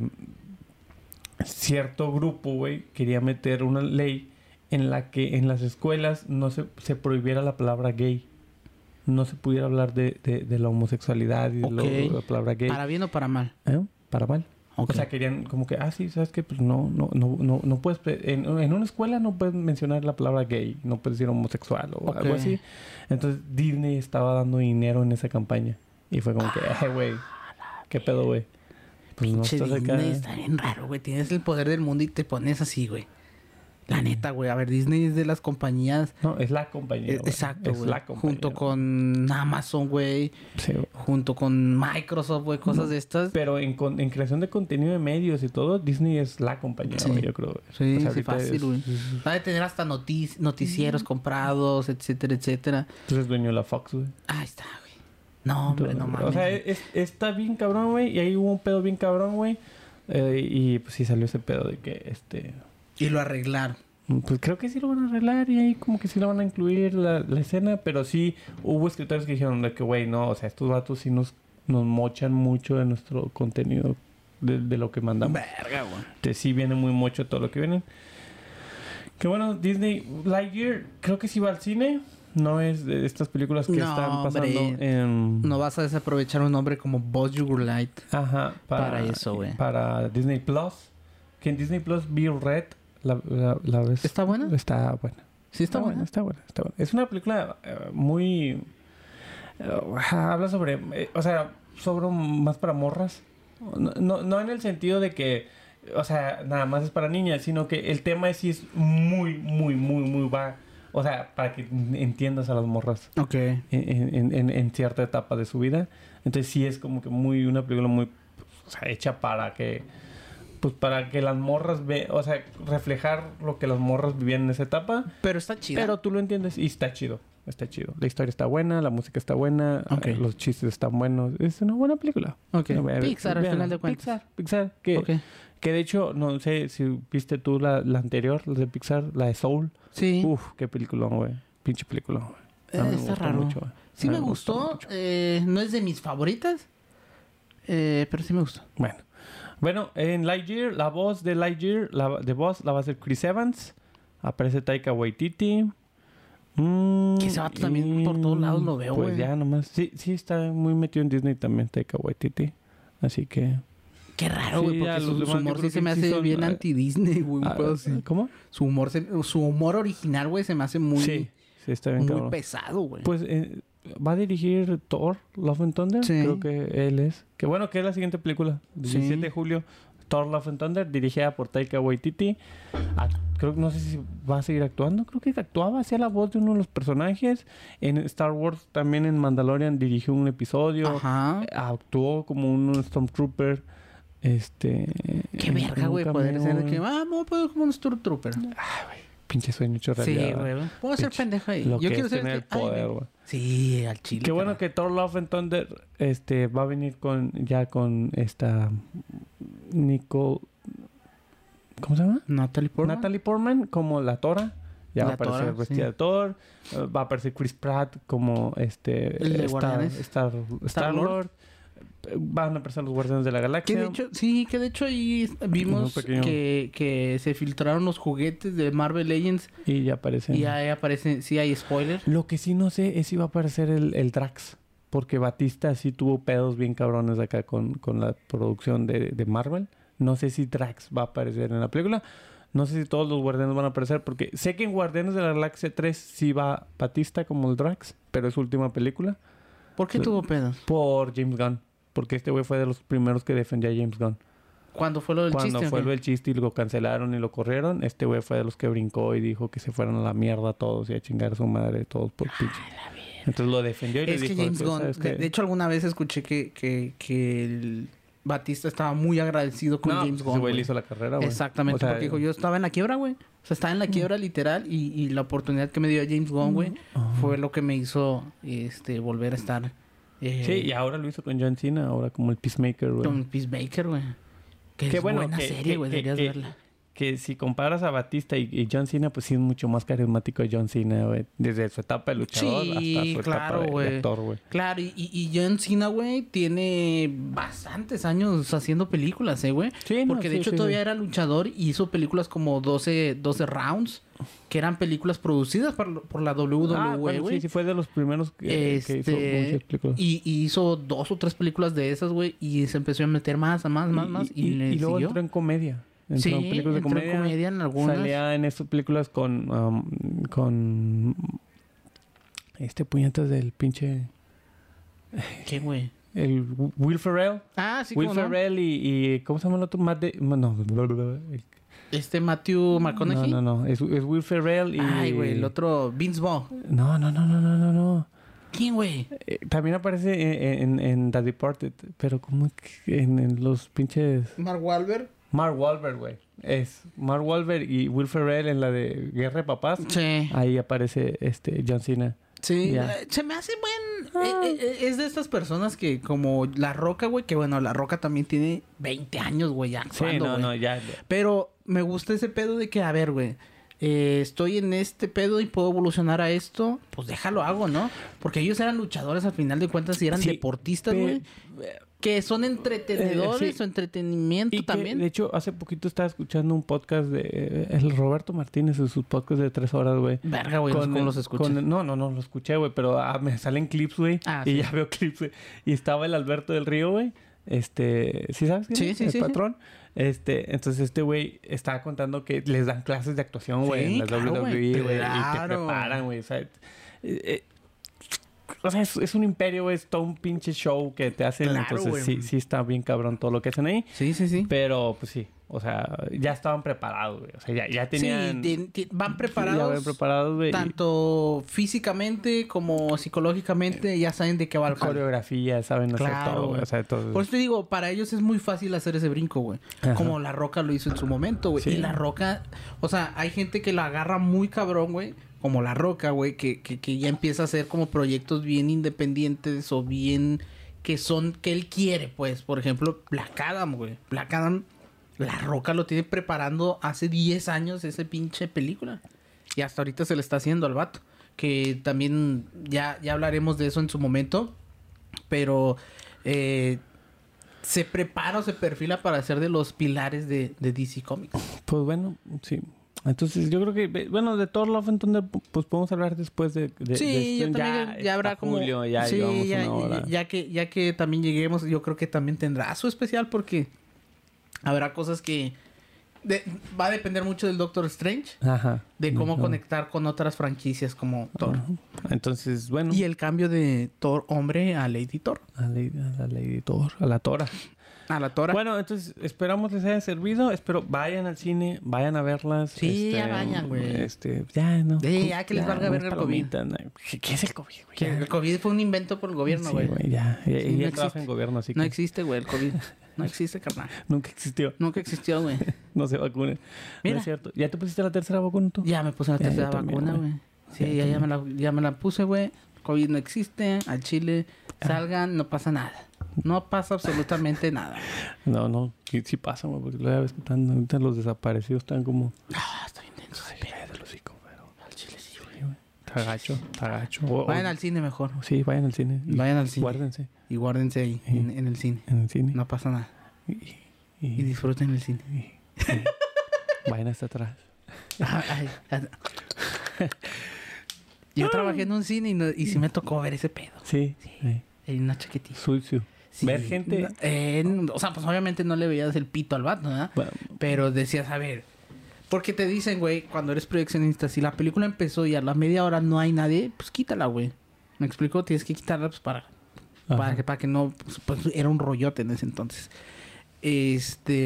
cierto grupo, güey, quería meter una ley en la que en las escuelas no se prohibiera la palabra gay. No se pudiera hablar de la homosexualidad y de la palabra gay. ¿Para bien o para mal? Para mal. Okay. O sea, querían como que, sí, ¿sabes qué? Pues no puedes... En una escuela no puedes mencionar la palabra gay. No puedes decir homosexual o algo así. Entonces, Disney estaba dando dinero en esa campaña. Y fue como que, güey, ¿qué pedo, güey? Pues no estás acá. Disney está bien raro, güey. Tienes el poder del mundo y te pones así, güey. La neta, güey. A ver, Disney es de las compañías... No, es la compañía, güey. Exacto, güey. Junto con Amazon, güey. Sí, güey. Junto con Microsoft, güey. Cosas de estas. Pero en creación de contenido de medios y todo, Disney es la compañía, güey, yo creo. Sí, o sea, sí, fácil, güey. Va a tener hasta noticieros comprados, etcétera, etcétera. Entonces es dueño de la Fox, güey. Ahí está, güey. No, hombre, no mames. O sea, está bien cabrón, güey. Y ahí hubo un pedo bien cabrón, güey. Y pues sí salió ese pedo de que Y lo arreglaron. Pues creo que sí lo van a arreglar y ahí como que sí lo van a incluir la escena. Pero sí hubo escritores que dijeron de que, güey, no, o sea, estos vatos sí nos nos mochan mucho de nuestro contenido de lo que mandamos. Verga, güey. Entonces sí viene muy mucho todo lo que viene. Que bueno, Disney Lightyear creo que sí va al cine. No es de estas películas que están pasando en... No vas a desaprovechar un nombre como Buzz Lightyear. Ajá. Para eso, güey. Para Disney Plus. Que en Disney Plus vi Red. La ves. ¿Está buena? Está buena. ¿Sí está buena? Está buena. Es una película muy... habla sobre... o sea, sobre más para morras. No en el sentido de que... O sea, nada más es para niñas. Sino que el tema sí es muy va... O sea, para que entiendas a las morras. Ok. En cierta etapa de su vida. Entonces sí es como que una película muy... O sea, hecha para que... Pues para que las morras o sea, reflejar lo que las morras vivían en esa etapa. Pero está chido. Pero tú lo entiendes y está chido. Está chido. La historia está buena, la música está buena, los chistes están buenos. Es una buena película. Ok. Pixar, al final de cuentas. Pixar. Que de hecho, no sé si viste tú la anterior, la de Pixar, la de Soul. Sí. Uf, qué peliculón, güey. Pinche peliculón, güey. Está raro. Mucho, sí me gustó. No es de mis favoritas. Pero sí me gustó. Bueno, en Lightyear, la voz de Lightyear, de voz la va a hacer Chris Evans. Aparece Taika Waititi. Que ese vato también por todos lados lo veo, güey. Pues ya nomás. Sí, está muy metido en Disney también Taika Waititi. Así que... Qué raro, güey, porque su humor sí se me hace bien anti-Disney, güey. ¿Cómo? Su humor original, güey, se me hace muy... Sí, está bien muy pesado, güey. Pues va a dirigir Thor, Love and Thunder. Sí. Creo que él es. Que bueno, que es la siguiente película. 17 de julio, Thor, Love and Thunder, dirigida por Taika Waititi. Creo que no sé si va a seguir actuando. Creo que actuaba, hacía la voz de uno de los personajes. En Star Wars, también en Mandalorian, dirigió un episodio. Ajá. Actuó como un Stormtrooper. Qué verga, güey, poder ser de que... no puedo como un Stormtrooper. Güey. Pinche sueño hecho realidad. Sí, güey. Puedo ser pendejo ahí. Yo quiero ser el poder, güey. Sí, al chile. Qué bueno que Thor Love and Thunder va a venir con esta Nicole... ¿Cómo se llama? Natalie Portman como la Tora. Ya va a aparecer vestida de Thor. Va a aparecer Chris Pratt como Star-Lord. Van a aparecer los Guardianes de la Galaxia. Que de hecho ahí vimos que se filtraron los juguetes de Marvel Legends. Y ya aparecen. Y ahí aparecen, sí hay spoiler. Lo que sí no sé es si va a aparecer el Drax. Porque Batista sí tuvo pedos bien cabrones acá con la producción de Marvel. No sé si Drax va a aparecer en la película. No sé si todos los Guardianes van a aparecer. Porque sé que en Guardianes de la Galaxia 3 sí va Batista como el Drax. Pero es su última película. ¿Por qué tuvo pedos? Por James Gunn. Porque este güey fue de los primeros que defendía a James Gunn. ¿Cuándo fue lo del chiste? Cuando fue lo del chiste y lo cancelaron y lo corrieron, este güey fue de los que brincó y dijo que se fueran a la mierda todos y a chingar a su madre todos por pinche. Entonces lo defendió y le dijo... James Gunn... De hecho, alguna vez escuché que el Batista estaba muy agradecido con James Gunn. Ese güey le hizo la carrera, güey. Exactamente, porque dijo, yo estaba en la quiebra, güey. O sea, estaba en la quiebra literal y la oportunidad que me dio James Gunn, güey, fue lo que me hizo volver a estar... sí, y ahora lo hizo con John Cena, ahora como el Peacemaker, güey. Con Peacemaker, güey. Que es buena serie, güey, deberías verla. Que si comparas a Batista y John Cena, pues sí es mucho más carismático John Cena, güey. Desde su etapa de luchador hasta su etapa de actor, güey. Claro, y John Cena, güey, tiene bastantes años haciendo películas, güey. Sí, porque de hecho todavía era luchador y hizo películas como 12 Rounds, que eran películas producidas por la WWE, güey. Sí, fue de los primeros que hizo muchas películas. Y hizo 2 o 3 películas de esas, güey, y se empezó a meter más. Y luego entró en comedia. Entró en películas de comedia en algunas. Salía en estas películas con puñetas del pinche... ¿Qué, güey? El Will Ferrell. Ah, sí, Will Ferrell y... ¿Cómo se llama el otro? Matthew McConaughey. No. Es Will Ferrell y... Ay, güey, el otro... Vince Vaughn. No. ¿Quién, güey? También aparece en The Departed, pero como que en los pinches... Mark Wahlberg, güey. Es Mark Wahlberg y Will Ferrell en la de Guerra de Papás. Sí. Ahí aparece John Cena. Sí. Se me hace es de estas personas que como La Roca, güey, que bueno, La Roca también tiene 20 años, güey, ya actuando, sí, no, ya. Pero me gusta ese pedo de que, a ver, güey, estoy en este pedo y puedo evolucionar a esto, pues déjalo hago, ¿no? Porque ellos eran luchadores al final de cuentas y eran deportistas, güey. Que son entretenedores o entretenimiento y también. Que, de hecho, hace poquito estaba escuchando un podcast de el Roberto Martínez, sus podcasts de 3 horas, güey. Verga, güey, ¿cómo los escuchas? No, lo escuché, güey, pero me salen clips, güey. Y ya veo clips, güey. Y estaba el Alberto del Río, güey. ¿Sí sabes quién es? El patrón. Entonces este güey estaba contando que les dan clases de actuación, güey, en la WWE, güey. Y te preparan, güey. O sea, es un imperio, güey. Es todo un pinche show que te hacen. Claro, entonces, sí está bien cabrón todo lo que hacen ahí. Sí. Pero, pues sí. O sea, ya estaban preparados, güey. O sea, ya tenían... Sí, van preparados. Ya van preparados, güey. Tanto físicamente como psicológicamente. Ya saben de qué va el coreografía, saben hacer todo, güey. O sea, todo... Por eso te digo, para ellos es muy fácil hacer ese brinco, güey. Como La Roca lo hizo en su momento, güey. Sí. Y La Roca... O sea, hay gente que lo agarra muy cabrón, güey. Como La Roca, güey, que ya empieza a hacer como proyectos bien independientes o bien que él quiere, pues. Por ejemplo, Black Adam, güey. Black Adam, La Roca lo tiene preparando hace 10 años ese pinche película. Y hasta ahorita se le está haciendo al vato. Que también ya hablaremos de eso en su momento. Pero se prepara o se perfila para ser de los pilares de DC Comics. Pues bueno, sí. Entonces yo creo que, bueno, de Thor Love and Thunder, pues podemos hablar después de sí, yo también ya habrá como julio, ya ya que también lleguemos, yo creo que también tendrá su especial porque habrá cosas que va a depender mucho del Doctor Strange. Ajá. De cómo conectar con otras franquicias como Thor. Entonces, bueno. Y el cambio de Thor hombre a Lady Thor. A Lady Thor, a la Tora. A la Tora. Bueno, entonces esperamos les haya servido. Espero vayan al cine, vayan a verlas. Sí, ya vayan, güey. Ya, ¿no? Sí, ya que les valga ver el COVID. ¿Qué es el COVID, güey? El COVID fue un invento por el gobierno, güey. Sí, güey, ya. Sí, ya trabaja en gobierno, así que... No existe, güey, el COVID. No existe, carnal. Nunca existió. Nunca existió, güey. No se vacunen. Mira. No es cierto. ¿Ya te pusiste la tercera vacuna tú? Ya me puse la tercera vacuna, güey. Sí, ya me la puse, güey. COVID no existe. Al Chile salgan, no pasa nada. No pasa absolutamente nada. No. Sí pasa, güey. Porque la vez que están... Ahorita los desaparecidos están como... Está bien denso. De los hocico, pero... Al Chile sí, güey. Está gacho. Vayan al cine mejor. Sí, vayan al cine. Vayan al cine. Guárdense. Y guárdense ahí, en el cine. En el cine. No pasa nada. Y disfruten el cine. Vayan hasta atrás. Yo trabajé en un cine y sí me tocó ver ese pedo. Sí. En una chaquetita. Sucio. Sí. Ver gente... o sea, pues obviamente no le veías el pito al vato, ¿verdad? Bueno. Pero decías, a ver... Porque te dicen, güey, cuando eres proyeccionista, si la película empezó y a la media hora no hay nadie, pues quítala, güey. ¿Me explico? Tienes que quitarla pues para que no... Pues era un rollote en ese entonces. Y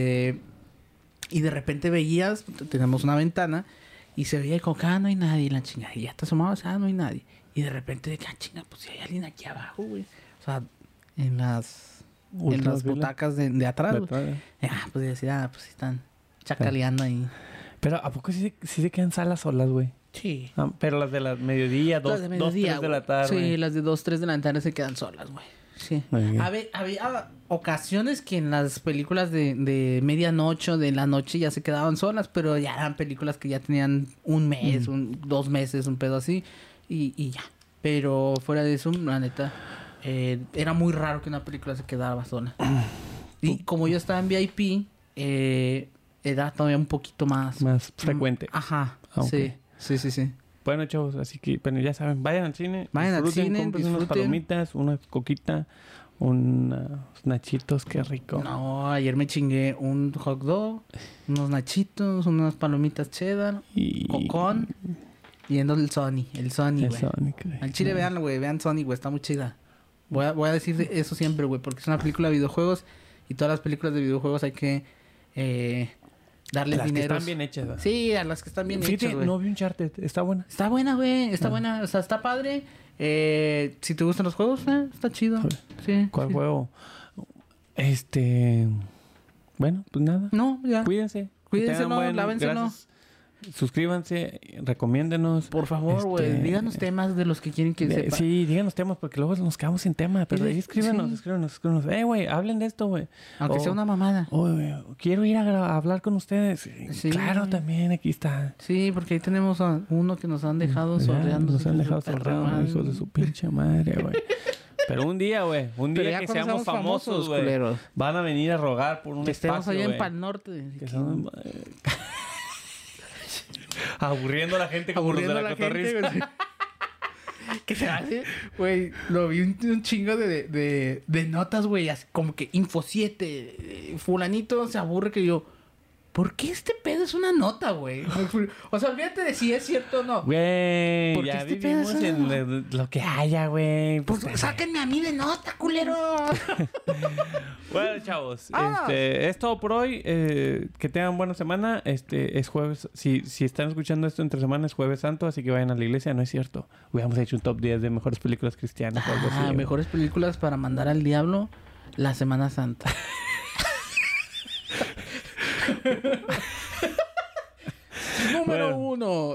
de repente veías... Tenemos una ventana... Y se veía como que, no hay nadie, la chingada. Y ya te asomabas, no hay nadie. Y de repente, de que, chinga, pues si hay alguien aquí abajo, güey. O sea, en las butacas de atrás, güey. Pues decía, pues están chacaleando ahí. Pero ¿a poco sí se quedan salas solas, güey? Sí. Pero las de la mediodía, 2, 3 de la tarde. Sí, las de 2, 3 de la tarde se quedan solas, güey. Sí. Había ocasiones que en las películas de medianoche o de la noche ya se quedaban solas, pero ya eran películas que ya tenían un mes, 2 meses, un pedo así, y ya. Pero fuera de eso, la neta, era muy raro que una película se quedara sola. Y como yo estaba en VIP, era todavía un poquito más frecuente. Ajá. Okay. Sí. Bueno, chavos, así que, bueno, ya saben, vayan al cine. Disfruten unas palomitas, una coquita, unos nachitos, qué rico. No, ayer me chingué un hot dog, unos nachitos, unas palomitas cheddar, cocón, viendo el Sony, güey. Al chile, veanlo, güey, vean Sony, güey, está muy chida. Voy a decir eso siempre, güey, porque es una película de videojuegos y todas las películas de videojuegos hay que... darles dinero. Las que están bien hechas, ¿verdad? Sí, a las que están bien hechas, güey. No vi Uncharted. Está buena. Está buena, güey. Está buena. O sea, está padre. Si te gustan los juegos, está chido. Sí. ¿Cuál juego? Bueno, pues nada. No, ya. Cuídense. Lávenselo. suscríbanse, recomiéndenos. Por favor, güey, díganos temas de los que quieren que sepa. Sí, díganos temas, porque luego nos quedamos sin tema. Pero ahí escríbanos. Güey, hablen de esto, güey. Aunque sea una mamada. Quiero ir a hablar con ustedes. Sí, claro, también, aquí está. Sí, porque ahí tenemos a uno que nos han dejado sorreando. Nos han dejado sorreando, hijos de su pinche madre, güey. Pero un día, güey, que seamos famosos, güey, van a venir a rogar por un espacio, que estemos allá en Pal Norte. Aburriendo a la gente como los de la cotorrisa. Que se hace, güey, lo vi un chingo de notas, güey, como que Info 7, fulanito se aburre que yo... ¿Por qué este pedo es una nota, güey? O sea, olvídate de si es cierto o no. Güey, ya vivimos en lo que haya, güey. Pues sáquenme a mí de nota, culero. Bueno, chavos, es todo por hoy. Que tengan buena semana. Es jueves. Si están escuchando esto entre semana, es Jueves Santo, así que vayan a la iglesia. No es cierto. Hubiéramos hecho un top 10 de mejores películas cristianas o algo así. Mejores películas para mandar al diablo la Semana Santa. Número 1.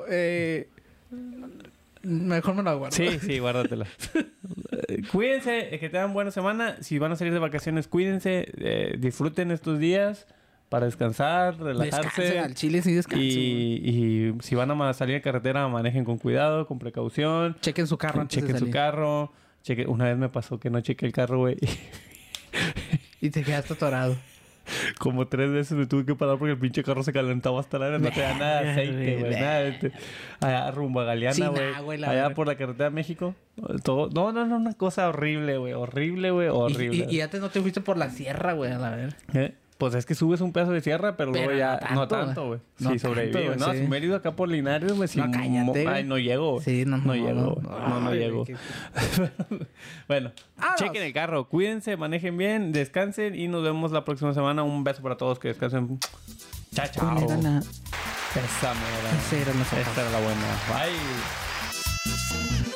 Mejor me lo guardo. Sí, guárdatela. Cuídense, que tengan buena semana. Si van a salir de vacaciones, cuídense. Disfruten estos días para descansar, relajarse. Descansen, al chile sí descansen. Y si van a salir de carretera, manejen con cuidado, con precaución. Chequen su carro antes de salir. Chequen su carro. Una vez me pasó que no chequé el carro, güey. Y te quedaste atorado. Como 3 veces me tuve que parar porque el pinche carro se calentaba hasta la hora. No te da nada de aceite, güey. Nada. Allá rumbo a Galeana, güey. Allá por la carretera de México. Todo... No, una cosa horrible, güey. Horrible. Y antes no te fuiste por la sierra, güey, a la ver. Pues es que subes un pedazo de sierra, pero luego ya... No tanto, güey. Sí, sobreviví. No, si me he ido acá por Linares, güey. No, cállate. Ay, no llego. Sí, no llego. No llego. Bueno, chequen el carro. Cuídense, manejen bien, descansen y nos vemos la próxima semana. Un beso para todos. Que descansen. Chao. Esa era la buena. Bye.